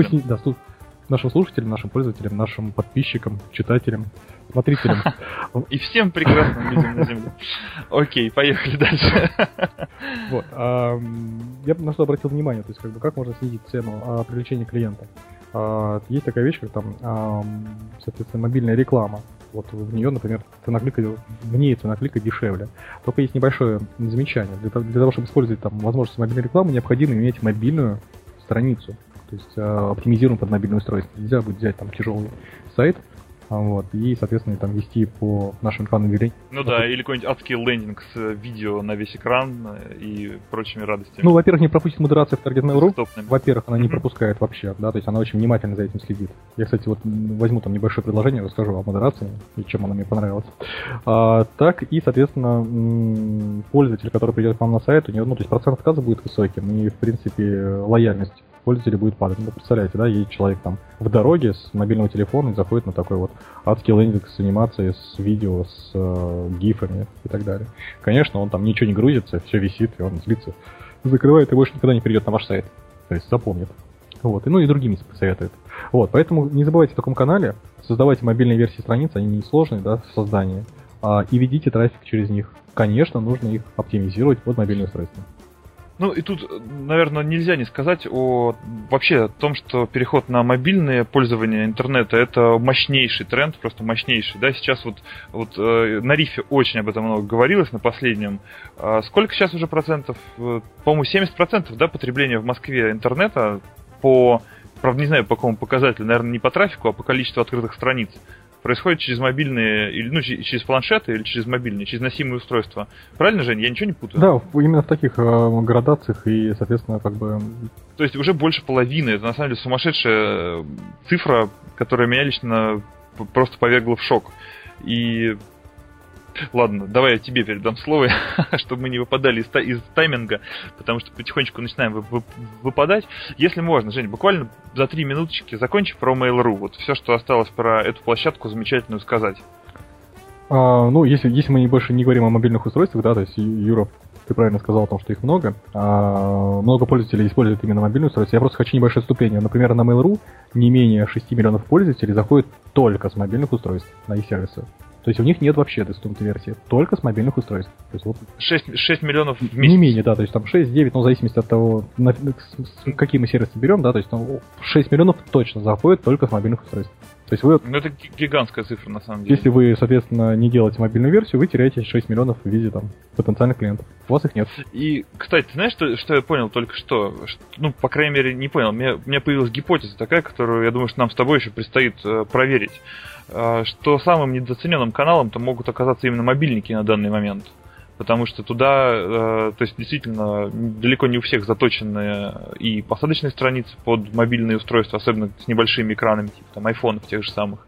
Speaker 3: нашим слушателям, нашим пользователям, нашим подписчикам, читателям, смотрителям.
Speaker 2: И всем прекрасным людям на Земле. Окей, поехали дальше.
Speaker 3: Я бы на что обратил внимание, то есть как можно снизить цену привлечения клиента. Есть такая вещь, как соответственно, мобильная реклама. В нее, например, цена клика дешевле. Только есть небольшое замечание. Для того, чтобы использовать возможность мобильной рекламы, необходимо иметь мобильную страницу. То есть оптимизируем под мобильное устройство. Нельзя будет взять тяжелый сайт, и, соответственно, вести по нашим рекламным явлениям.
Speaker 2: Или какой-нибудь адский лендинг с видео на весь экран и прочими радостями.
Speaker 3: Во-первых, не пропустит модерация в Target.mail.ru. Во-первых, она не пропускает вообще, да, то есть она очень внимательно за этим следит. Я, кстати, возьму небольшое предложение, расскажу о модерации и чем она мне понравилась. Так и, соответственно, пользователь, который придет к вам на сайт, у него, то есть процент отказа будет высоким и, в принципе, лояльность пользователя будет падать. Представляете, да, едет человек в дороге с мобильного телефона и заходит на такой адский лендинг с анимацией, с видео, с гифами и так далее. Конечно, он ничего не грузится, все висит, и он злится, закрывает и больше никогда не придет на ваш сайт. То есть запомнит. И другим посоветует. Поэтому не забывайте о таком канале, создавайте мобильные версии страниц, они не сложные, да, в создании, и ведите трафик через них. Конечно, нужно их оптимизировать под мобильное устройство.
Speaker 2: И тут, наверное, нельзя не сказать вообще о том, что переход на мобильное пользование интернета — это мощнейший тренд, просто мощнейший. Да? Сейчас на Рифе очень об этом много говорилось, на последнем. Сколько сейчас уже процентов? По-моему, 70%, да, потребления в Москве интернета правда, не знаю, по какому показателю, наверное, не по трафику, а по количеству открытых страниц, происходит через мобильные, через планшеты или через мобильные, через носимые устройства. Правильно, Жень? Я ничего не путаю?
Speaker 3: Да, именно в таких градациях и, соответственно,
Speaker 2: То есть уже больше половины. Это, на самом деле, сумасшедшая цифра, которая меня лично просто повергла в шок. И Ладно, давай я тебе передам слово, чтобы мы не выпадали из тайминга, потому что потихонечку начинаем выпадать. Если можно, Жень, буквально за 3 минуточки закончи про Mail.ru. Вот все, что осталось про эту площадку замечательную сказать.
Speaker 3: Если мы больше не говорим о мобильных устройствах, да, то есть, Юра, ты правильно сказал о том, что их много. Много пользователей используют именно мобильные устройства. Я просто хочу небольшое вступление. Например, на Mail.ru не менее 6 миллионов пользователей заходят только с мобильных устройств на их сервисы. То есть у них нет вообще десктопной версии, только с мобильных устройств. То есть, вот,
Speaker 2: 6 миллионов в месяц?
Speaker 3: Не менее, да, то есть там 6-9, в зависимости от того, какие мы сервисы берем, да, то есть там 6 миллионов точно заходят только с мобильных устройств. То есть вы...
Speaker 2: это гигантская цифра, на самом деле.
Speaker 3: Если вы, соответственно, не делаете мобильную версию, вы теряете 6 миллионов в виде там потенциальных клиентов. У вас их нет.
Speaker 2: И, кстати, ты знаешь, что я понял только что? По крайней мере, не понял. У меня появилась гипотеза такая, которую, я думаю, что нам с тобой еще предстоит проверить. Что самым недооцененным каналом-то могут оказаться именно мобильники на данный момент. Потому что туда, то есть действительно, далеко не у всех заточены и посадочные страницы под мобильные устройства, особенно с небольшими экранами, типа там айфонов тех же самых.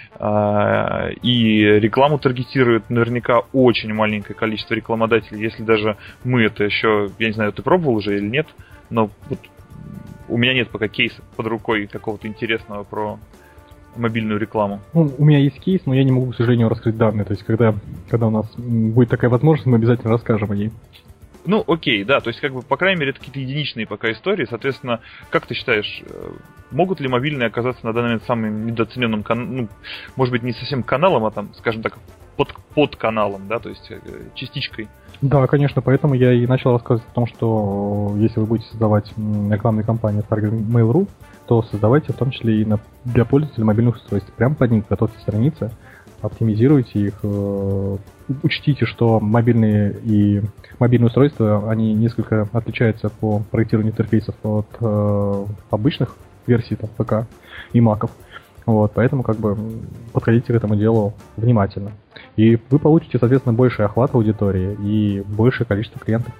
Speaker 2: И рекламу таргетирует наверняка очень маленькое количество рекламодателей, если даже мы это еще, я не знаю, ты пробовал уже или нет, но вот у меня нет пока кейса под рукой какого-то интересного про мобильную рекламу.
Speaker 3: У меня есть кейс, но я не могу, к сожалению, раскрыть данные. То есть, когда у нас будет такая возможность, мы обязательно расскажем о ней.
Speaker 2: Окей, да, то есть, по крайней мере, это какие-то единичные пока истории. Соответственно, как ты считаешь, могут ли мобильные оказаться на данный момент самым недооцененным может быть, не совсем каналом, а там, скажем так, под каналом, да, то есть частичкой? Да, конечно, поэтому я и начал рассказывать о том, что если вы будете создавать рекламные кампании в таргете Mail.ru, то создавайте в том числе и для пользователей мобильных устройств. Прямо под них готовьте страницы, оптимизируйте их, учтите, что мобильные устройства, они несколько отличаются по проектированию интерфейсов от обычных версий там, ПК и Маков. Вот, поэтому подходите к этому делу внимательно. И вы получите, соответственно, больший охват аудитории и большее количество клиентов.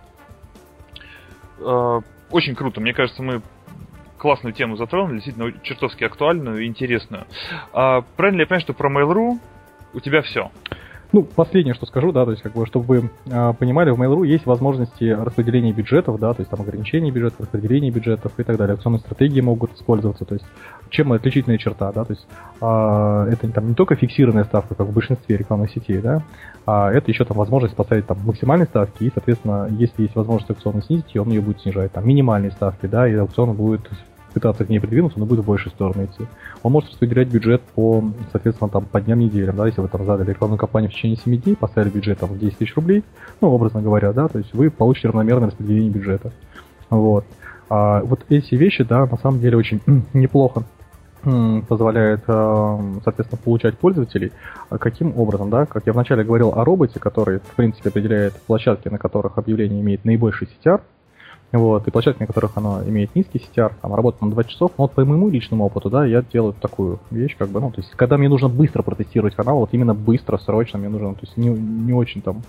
Speaker 2: Очень круто. Мне кажется, мы классную тему затронули, действительно чертовски актуальную и интересную. Правильно ли я понимаю, что про Mail.ru у тебя все?
Speaker 3: Последнее, что скажу, да, то есть, чтобы вы понимали, в Mail.ru есть возможности распределения бюджетов, да, то есть там ограничения бюджетов, распределения бюджетов и так далее. Акционные стратегии могут использоваться, то есть чем отличительная черта, да, то есть это там не только фиксированная ставка, как в большинстве рекламных сетей, да, а это еще там возможность поставить там максимальные ставки и, соответственно, если есть возможность аукционно снизить, он ее будет снижать, там минимальные ставки, да, и аукцион будет пытаться к ней придвинуться, но будет в большую сторону идти. Он может распределять бюджет соответственно, по дням неделям, да, если вы там задали рекламную кампанию в течение 7 дней, поставили бюджет там в 10 тысяч рублей, образно говоря, да, то есть вы получите равномерное распределение бюджета. Вот. Вот эти вещи, да, на самом деле очень неплохо позволяет, соответственно, получать пользователей. Каким образом, да? Как я вначале говорил о роботе, который, в принципе, определяет площадки, на которых объявление имеет наибольший CTR, вот, и площадки, на которых оно имеет низкий CTR, там, работает на 2 часов, но вот по моему личному опыту, да, я делаю такую вещь, то есть, когда мне нужно быстро протестировать канал, вот именно быстро, срочно, мне нужно, то есть, не очень там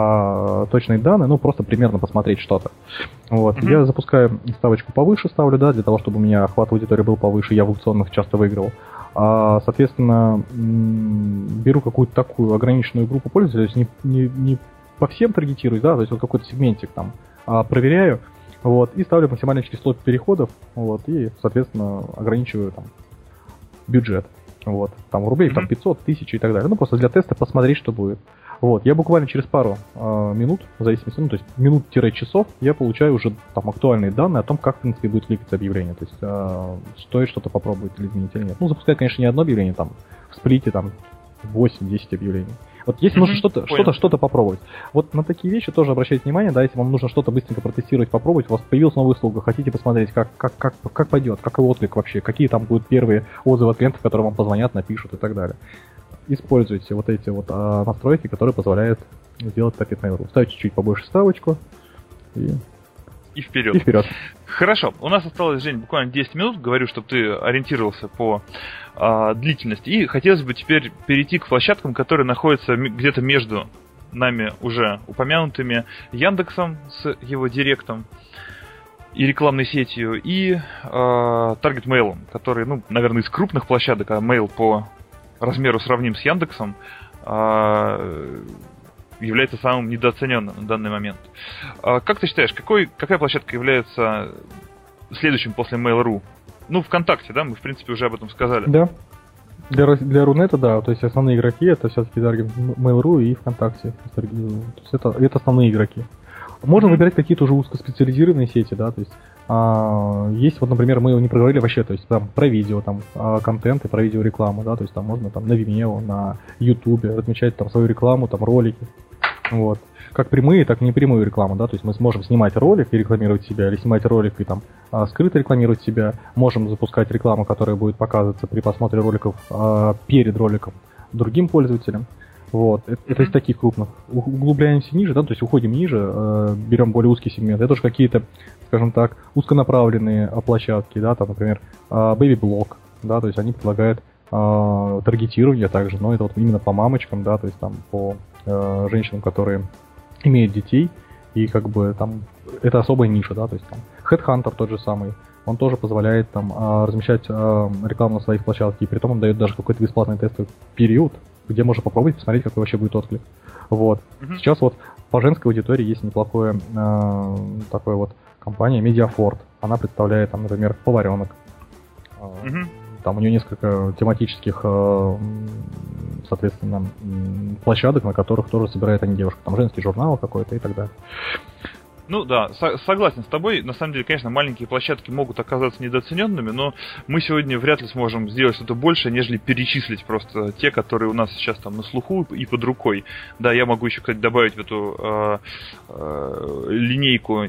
Speaker 3: точные данные, просто примерно посмотреть что-то. Вот, я запускаю ставочку повыше, ставлю, да, для того, чтобы у меня охват аудитории был повыше, я в аукционах часто выигрывал. Соответственно, беру какую-то такую ограниченную группу пользователей, то есть, не по всем таргетируюсь, да, то есть, вот какой-то сегментик там проверяю, вот, и ставлю максимальное число переходов, вот, и, соответственно, ограничиваю там бюджет, вот, там рублей, там 500, 1000 и так далее, просто для теста посмотреть, что будет. Вот, я буквально через пару минут, в зависимости, то есть минут-часов, я получаю уже там актуальные данные о том, как, в принципе, будет кликаться объявление, то есть стоит что-то попробовать или изменить или нет. Запускать, конечно, не одно объявление, там, в сплите, там, 8-10 объявлений. Вот если нужно что-то попробовать. Вот на такие вещи тоже обращайте внимание, да, если вам нужно что-то быстренько протестировать, попробовать, у вас появилась новая услуга, хотите посмотреть, как пойдет, какой отклик вообще, какие там будут первые отзывы от клиентов, которые вам позвонят, напишут и так далее. Используйте вот эти вот настройки, которые позволяют сделать таргет Mail.ru. Ставьте чуть побольше ставочку
Speaker 2: и вперед.
Speaker 3: И вперед.
Speaker 2: Хорошо. У нас осталось, Жень, буквально 10 минут. Говорю, чтобы ты ориентировался по длительности. И хотелось бы теперь перейти к площадкам, которые находятся где-то между нами уже упомянутыми Яндексом с его директом и рекламной сетью, и Target Mail, который, наверное, из крупных площадок, а Mail по размеру сравним с Яндексом, является самым недооцененным на данный момент. Как ты считаешь, какая площадка является следующим после Mail.ru? Ну, ВКонтакте, да? Мы, в принципе, уже об этом сказали.
Speaker 3: Да. Для Рунета, да. То есть основные игроки это все-таки Mail.ru и ВКонтакте. То есть это основные игроки. Можно выбирать какие-то уже узкоспециализированные сети, да, то есть есть, вот, например, мы не проговорили вообще, то есть там про видео, там контент и про видеорекламу, да, то есть там можно там на Vimeo, на YouTube размещать там свою рекламу, там ролики, вот. Как прямые, так и непрямую рекламу, да, то есть мы сможем снимать ролик и рекламировать себя, или снимать ролик и там скрыто рекламировать себя, можем запускать рекламу, которая будет показываться при просмотре роликов перед роликом другим пользователям. Вот, это из таких крупных. Углубляемся ниже, да, то есть уходим ниже, берем более узкий сегмент. Это уже какие-то, скажем так, узконаправленные площадки, да, там, например, Babyblog, да, то есть они предлагают таргетирование также, но это вот именно по мамочкам, да, то есть там по женщинам, которые имеют детей, и как бы там это особая ниша, да, то есть там Headhunter тот же самый, он тоже позволяет там размещать рекламу на своих площадках, и при том он дает даже какой-то бесплатный тестовый период, где можно попробовать посмотреть, какой вообще будет отклик. Вот. Сейчас вот по женской аудитории есть неплохое такое вот компания Mediafort. Она представляет, там, например, поваренок. Там у нее несколько тематических, соответственно, площадок, на которых тоже собирают они девушек. Там женский журнал какой-то и так далее.
Speaker 2: Ну да, согласен с тобой. На самом деле, конечно, маленькие площадки могут оказаться недооцененными, но мы сегодня вряд ли сможем сделать что-то большее, нежели перечислить просто те, которые у нас сейчас там на слуху и под рукой. Да, я могу еще, кстати, добавить в эту линейку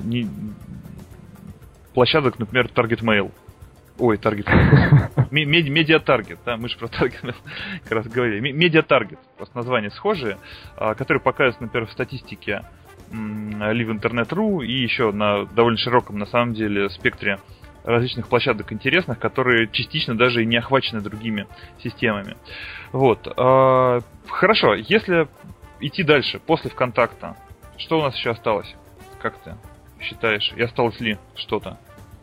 Speaker 2: площадок, например, Target Mail. Ой, Target Mail. Media Target, да, мы же про Target Mail как раз говорили. Media Target, просто названия схожие, которые показывают, например, в статистике Live Internet.ru и еще на довольно широком, на самом деле, спектре различных площадок интересных, которые частично даже и не охвачены другими системами. Вот. Хорошо, если идти дальше, после ВКонтакта, что у нас еще осталось? Как ты считаешь? И осталось ли что-то?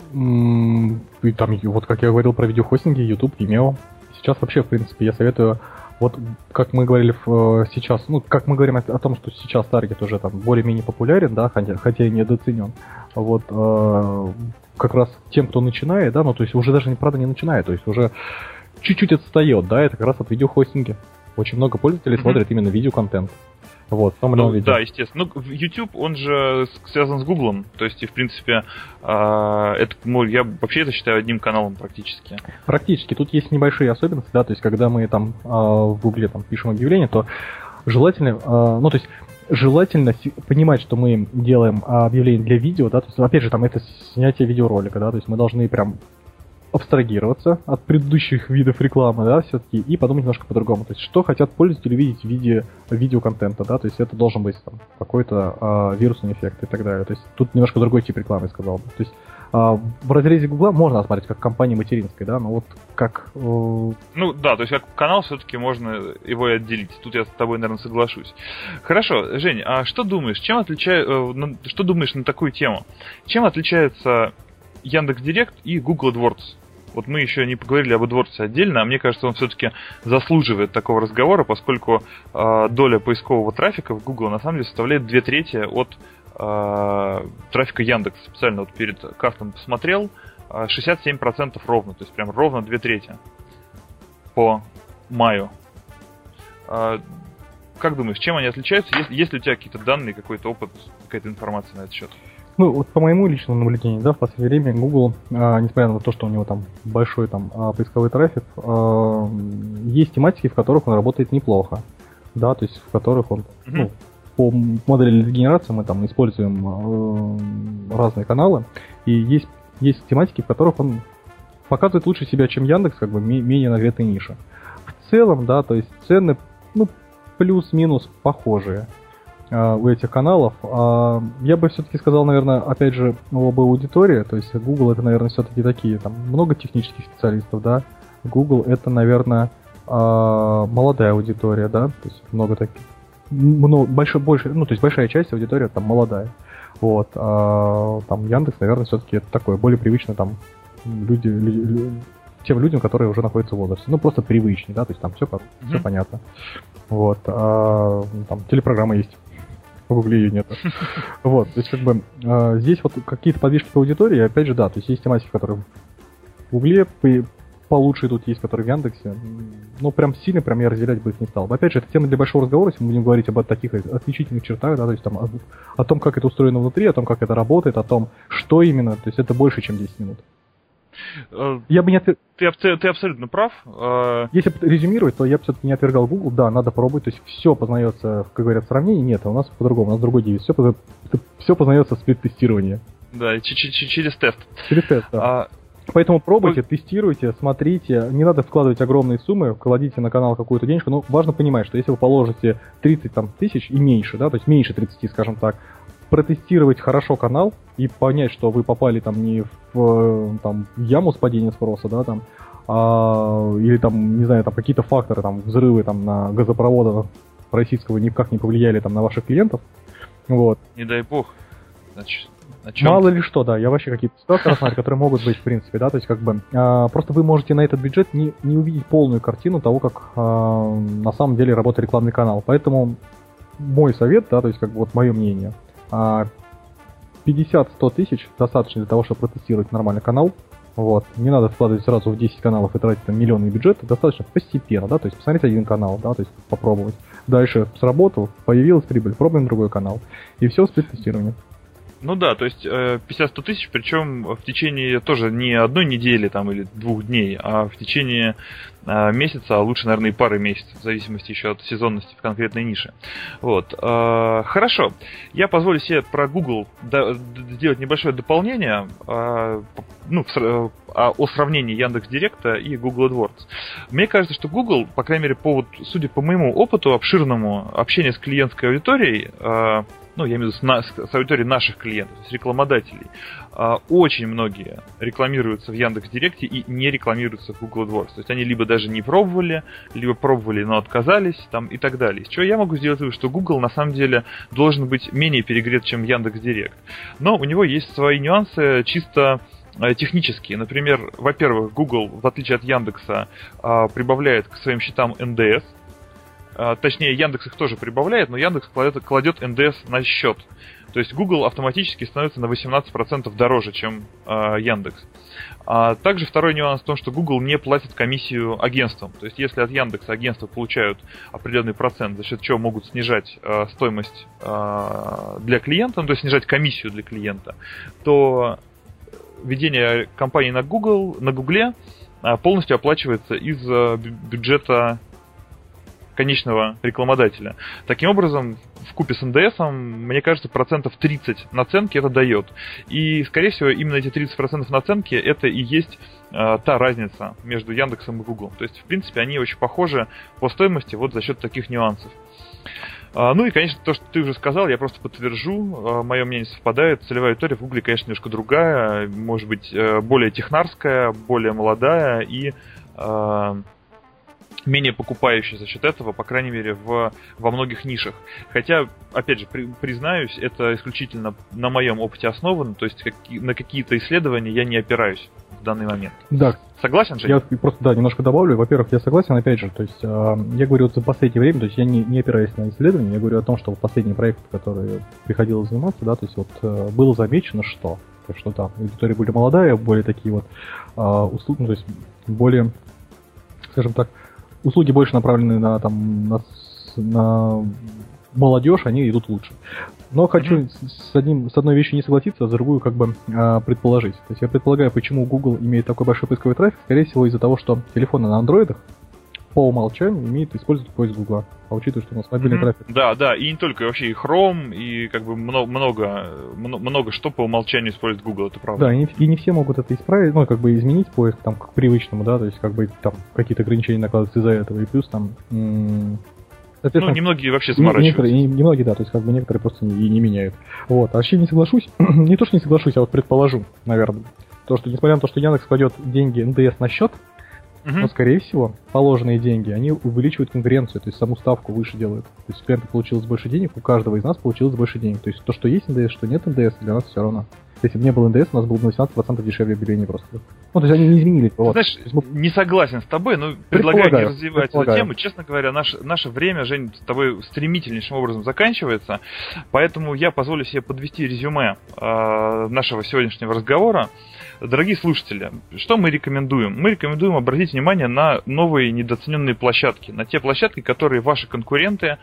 Speaker 3: И там, вот как я говорил про видеохостинги, YouTube, Vimeo. Сейчас вообще, в принципе, я советую. Вот как мы говорили сейчас, ну, как мы говорим о том, что сейчас таргет уже там более-менее популярен, да, хотя и недооценен. Вот как раз тем, кто начинает, да, ну, то есть уже даже правда не начинает, то есть уже чуть-чуть отстает, да, это как раз от видеохостинга. Очень много пользователей смотрят именно видеоконтент. Вот, в том или ином виде.
Speaker 2: Да, естественно. Ну, YouTube, он же связан с Гуглом. То есть, и в принципе, это, я вообще это считаю одним каналом практически.
Speaker 3: Практически. Тут есть небольшие особенности, да, то есть, когда мы там в Гугле там пишем объявление, то желательно, ну, то есть, желательно понимать, что мы делаем объявление для видео, да, то есть, опять же, там это снятие видеоролика, да, то есть, мы должны прям абстрагироваться от предыдущих видов рекламы, да, все-таки, и подумать немножко по-другому. То есть, что хотят пользователи видеть в виде видеоконтента, да, то есть это должен быть там какой-то вирусный эффект и так далее. То есть тут немножко другой тип рекламы, я сказал бы. То есть в разрезе Гугла можно осмотреть как компании материнской, да, но вот как...
Speaker 2: Ну да, то есть как канал все-таки можно его и отделить. Тут я с тобой, наверное, соглашусь. Хорошо, Жень, а что думаешь, что думаешь на такую тему? Чем отличается Яндекс.Директ и Google AdWords? Вот мы еще не поговорили об AdWords отдельно, а мне кажется, он все-таки заслуживает такого разговора, поскольку доля поискового трафика в Google на самом деле составляет 2/3 от трафика Яндекс. Специально вот перед кастом посмотрел, 67% ровно, то есть прям ровно 2/3 по маю. Как думаешь, чем они отличаются? Есть ли у тебя какие-то данные, какой-то опыт, какая-то информация на этот счет?
Speaker 3: Ну, вот по моему личному наблюдению, да, в последнее время Google, несмотря на то, что у него там большой там поисковой трафик, есть тематики, в которых он работает неплохо, да, то есть в которых он, ну, по модели генерации мы там используем разные каналы, и есть тематики, в которых он показывает лучше себя, чем Яндекс, как бы менее нагретые ниши. В целом, да, то есть цены, ну, плюс-минус похожие у этих каналов. Я бы все-таки сказал, наверное, опять же, об аудитории. То есть Google это, наверное, все-таки такие, там, много технических специалистов, да. Google это, наверное, молодая аудитория, да. То есть много таких, больше, ну, то есть большая часть аудитории там молодая. Вот. Там Яндекс, наверное, все-таки это такое, более привычно там люди тем людям, которые уже находятся в возрасте. Ну, просто привычнее, да, то есть там все понятно. Вот. Там телепрограмма есть. В Гугле ее нет. Вот, то есть как бы здесь вот какие-то подвижки по аудитории, опять же, да, то есть тематики, которые в Гугле получше тут есть, которые в Яндексе. Ну, прям сильно прям я разделять бы их не стал. Опять же, это тема для большого разговора, если мы будем говорить об таких отличительных чертах, да, то есть там о том, как это устроено внутри, о том, как это работает, о том, что именно, то есть это больше, чем 10 минут. Я бы не
Speaker 2: Ты абсолютно прав.
Speaker 3: Если резюмировать, то я бы все-таки не отвергал Google. Да, надо пробовать. То есть все познается, как говорят, в сравнении. Нет, а у нас по-другому, у нас другой девиз. Все познается в сплит-тестировании.
Speaker 2: Да, через тест.
Speaker 3: Через тест, да. Поэтому пробуйте, тестируйте, смотрите. Не надо вкладывать огромные суммы, кладите на канал какую-то денежку. Но важно понимать, что если вы положите 30 тысяч и меньше, да, то есть меньше 30, скажем так, протестировать хорошо канал и понять, что вы попали там не в яму с падением спроса, да, там, или там, не знаю, там какие-то факторы, там, взрывы там на газопроводах российского никак не повлияли там на ваших клиентов. Вот.
Speaker 2: Не дай бог. Значит,
Speaker 3: мало ли что, да, я вообще какие-то ситуации рассматриваю, которые могут быть, в принципе, да, то есть как бы просто вы можете на этот бюджет не увидеть полную картину того, как на самом деле работает рекламный канал. Поэтому мой совет, да, то есть как бы вот мое мнение, 50-100 тысяч достаточно для того, чтобы протестировать нормальный канал. Вот. Не надо вкладывать сразу в 10 каналов и тратить там миллионный бюджет. Достаточно постепенно, да, то есть посмотреть один канал, да, то есть попробовать. Дальше сработал, появилась прибыль, пробуем другой канал. И все, сплит-тестирование.
Speaker 2: Ну да, то есть 50-100 тысяч, причем в течение тоже не одной недели там, или 2 дней, а в течение месяца, а лучше, наверное, и пары месяцев, в зависимости еще от сезонности в конкретной нише. Вот. Хорошо. Я позволю себе про Google сделать небольшое дополнение о сравнении Яндекс.Директа и Google AdWords. Мне кажется, что Google, по крайней мере, судя по моему опыту обширному общения с клиентской аудиторией, я имею в виду с аудиторией наших клиентов, с рекламодателей, очень многие рекламируются в Яндекс.Директе и не рекламируются в Google AdWords. То есть они либо даже не пробовали, либо пробовали, но отказались, там, и так далее. Из чего я могу сделать вывод, что Google на самом деле должен быть менее перегрет, чем Яндекс.Директ. Но у него есть свои нюансы чисто технические. Например, во-первых, Google, в отличие от Яндекса, прибавляет к своим счетам НДС. Точнее, Яндекс их тоже прибавляет, но Яндекс кладет НДС на счет. То есть Google автоматически становится на 18% дороже, чем Яндекс. Также второй нюанс в том, что Google не платит комиссию агентствам. То есть если от Яндекса агентства получают определенный процент, за счет чего могут снижать стоимость для клиента, то есть снижать комиссию для клиента, то ведение кампании на Гугле полностью оплачивается из бюджета конечного рекламодателя. Таким образом, вкупе с НДСом, мне кажется, 30% наценки это дает. И, скорее всего, именно эти 30% наценки это и есть та разница между Яндексом и Гуглом. То есть, в принципе, они очень похожи по стоимости вот за счет таких нюансов. Ну и, конечно, то, что ты уже сказал, я просто подтвержу, мое мнение совпадает. Целевая аудитория в Гугле, конечно, немножко другая, может быть, более технарская, более молодая и менее покупающие за счет этого, по крайней мере, во многих нишах. Хотя, опять же, признаюсь, это исключительно на моем опыте основано, то есть на какие-то исследования я не опираюсь в данный момент.
Speaker 3: Да.
Speaker 2: Согласен, Жень?
Speaker 3: Я просто, немножко добавлю. Во-первых, я согласен, опять же, то есть я говорю за последнее время, то есть я не опираюсь на исследования, я говорю о том, что в последний проект, который приходилось заниматься, да, то есть вот было замечено, что там аудитория более молодая, более такие вот услуги, то есть более, скажем так, услуги больше направлены на молодежь, они идут лучше. Но хочу с одной вещью не согласиться, а за другую как бы предположить. То есть я предполагаю, почему Google имеет такой большой поисковый трафик, скорее всего из-за того, что телефоны на андроидах по умолчанию умеют использовать поиск Google. А учитывая, что у нас мобильный трафик.
Speaker 2: Да, и не только, вообще и Chrome, и как бы много что по умолчанию использует Google, это правда.
Speaker 3: Да, и не все могут это исправить, изменить поиск там к привычному, да, то есть как бы там какие-то ограничения накладываются из-за этого, и плюс там...
Speaker 2: немногие вообще сморачиваются.
Speaker 3: Немногие, да, то есть как бы некоторые просто и не меняют. Вот, а вообще не соглашусь, не то, что не соглашусь, а вот предположу, наверное, то, что несмотря на то, что Яндекс кладет деньги НДС на счет, но, скорее всего, положенные деньги, они увеличивают конкуренцию, то есть саму ставку выше делают. То есть у клиента получилось больше денег, у каждого из нас получилось больше денег. То есть то, что есть НДС, что нет НДС, для нас все равно. если бы не был НДС, у нас было бы на 18% дешевле объявление просто. Ну, то есть они не изменили. Вот.
Speaker 2: Знаешь, не согласен с тобой, но предлагаю не развивать эту тему. Честно говоря, наше время, Жень, с тобой стремительнейшим образом заканчивается, поэтому я позволю себе подвести резюме нашего сегодняшнего разговора. Дорогие слушатели, что мы рекомендуем? Мы рекомендуем обратить внимание на новые недооцененные площадки, на те площадки, которые ваши конкуренты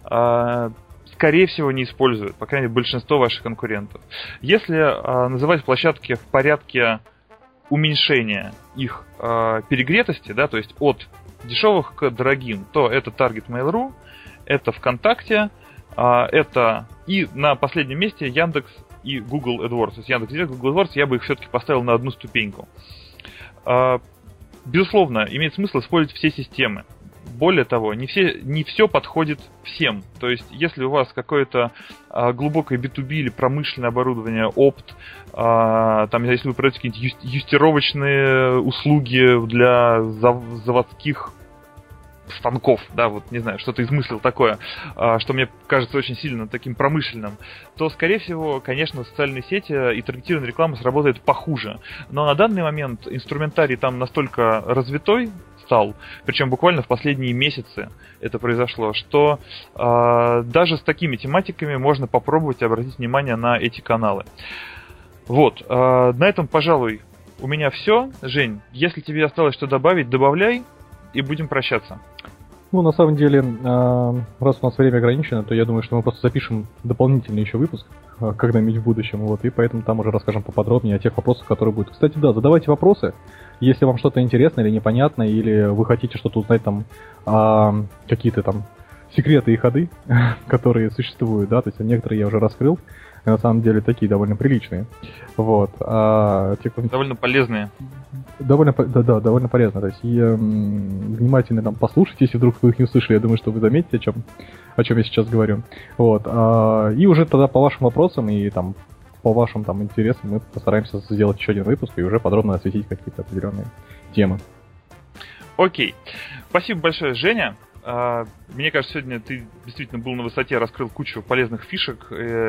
Speaker 2: скорее всего не используют, по крайней мере, большинство ваших конкурентов. Если называть площадки в порядке уменьшения их перегретости, да, то есть от дешевых к дорогим, то это Target Mail.ru, это ВКонтакте, это и на последнем месте Яндекс и Google AdWords. То есть Яндекс.Директ, Google AdWords, я бы их все-таки поставил на одну ступеньку. Безусловно, имеет смысл использовать все системы. Более того, не все подходит всем. То есть, если у вас какое-то глубокое B2B или промышленное оборудование, опт, там, если вы продаете какие-нибудь юстировочные услуги для заводских станков, да, вот, не знаю, что-то измыслил такое, что мне кажется очень сильно таким промышленным, то, скорее всего, конечно, социальные сети и таргетированная реклама сработает похуже. Но на данный момент инструментарий там настолько развитой стал, причем буквально в последние месяцы это произошло, что даже с такими тематиками можно попробовать обратить внимание на эти каналы. Вот, на этом, пожалуй, у меня все. Жень, если тебе осталось что добавить, добавляй, и будем прощаться.
Speaker 3: Ну, на самом деле, раз у нас время ограничено, то я думаю, что мы просто запишем дополнительный еще выпуск когда-нибудь в будущем, вот, и поэтому там уже расскажем поподробнее о тех вопросах, которые будут. Кстати, да, задавайте вопросы, если вам что-то интересно или непонятно, или вы хотите что-то узнать там, какие-то там секреты и ходы, которые существуют, да, то есть некоторые я уже раскрыл, и на самом деле такие довольно приличные, вот.
Speaker 2: Довольно полезные.
Speaker 3: Довольно полезно, то есть и внимательно там послушайте, если вдруг вы их не услышали, я думаю, что вы заметите, о чем я сейчас говорю, вот. И уже тогда по вашим вопросам и там по вашим там интересам мы постараемся сделать еще один выпуск и уже подробно осветить какие-то определенные темы.
Speaker 2: Окей. Спасибо большое, Женя. Мне кажется, сегодня ты действительно был на высоте, раскрыл кучу полезных фишек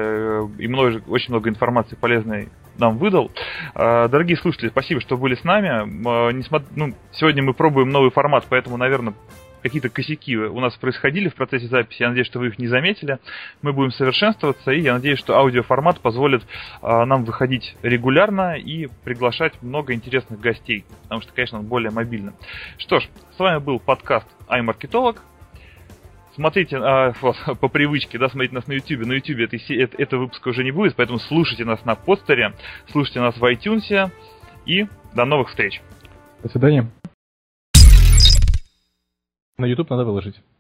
Speaker 2: и очень много информации полезной нам выдал. Дорогие слушатели, спасибо, что были с нами. Сегодня мы пробуем новый формат, поэтому, наверное, какие-то косяки у нас происходили в процессе записи. Я надеюсь, что вы их не заметили. Мы будем совершенствоваться, и я надеюсь, что аудиоформат позволит нам выходить регулярно и приглашать много интересных гостей, потому что, конечно, он более мобильный. Что ж, с вами был подкаст iMarketolog. Смотрите, по привычке, да, смотрите нас на YouTube. На YouTube этого выпуска уже не будет, поэтому слушайте нас на подстере, слушайте нас в iTunes, и до новых встреч.
Speaker 3: До свидания. На YouTube надо выложить.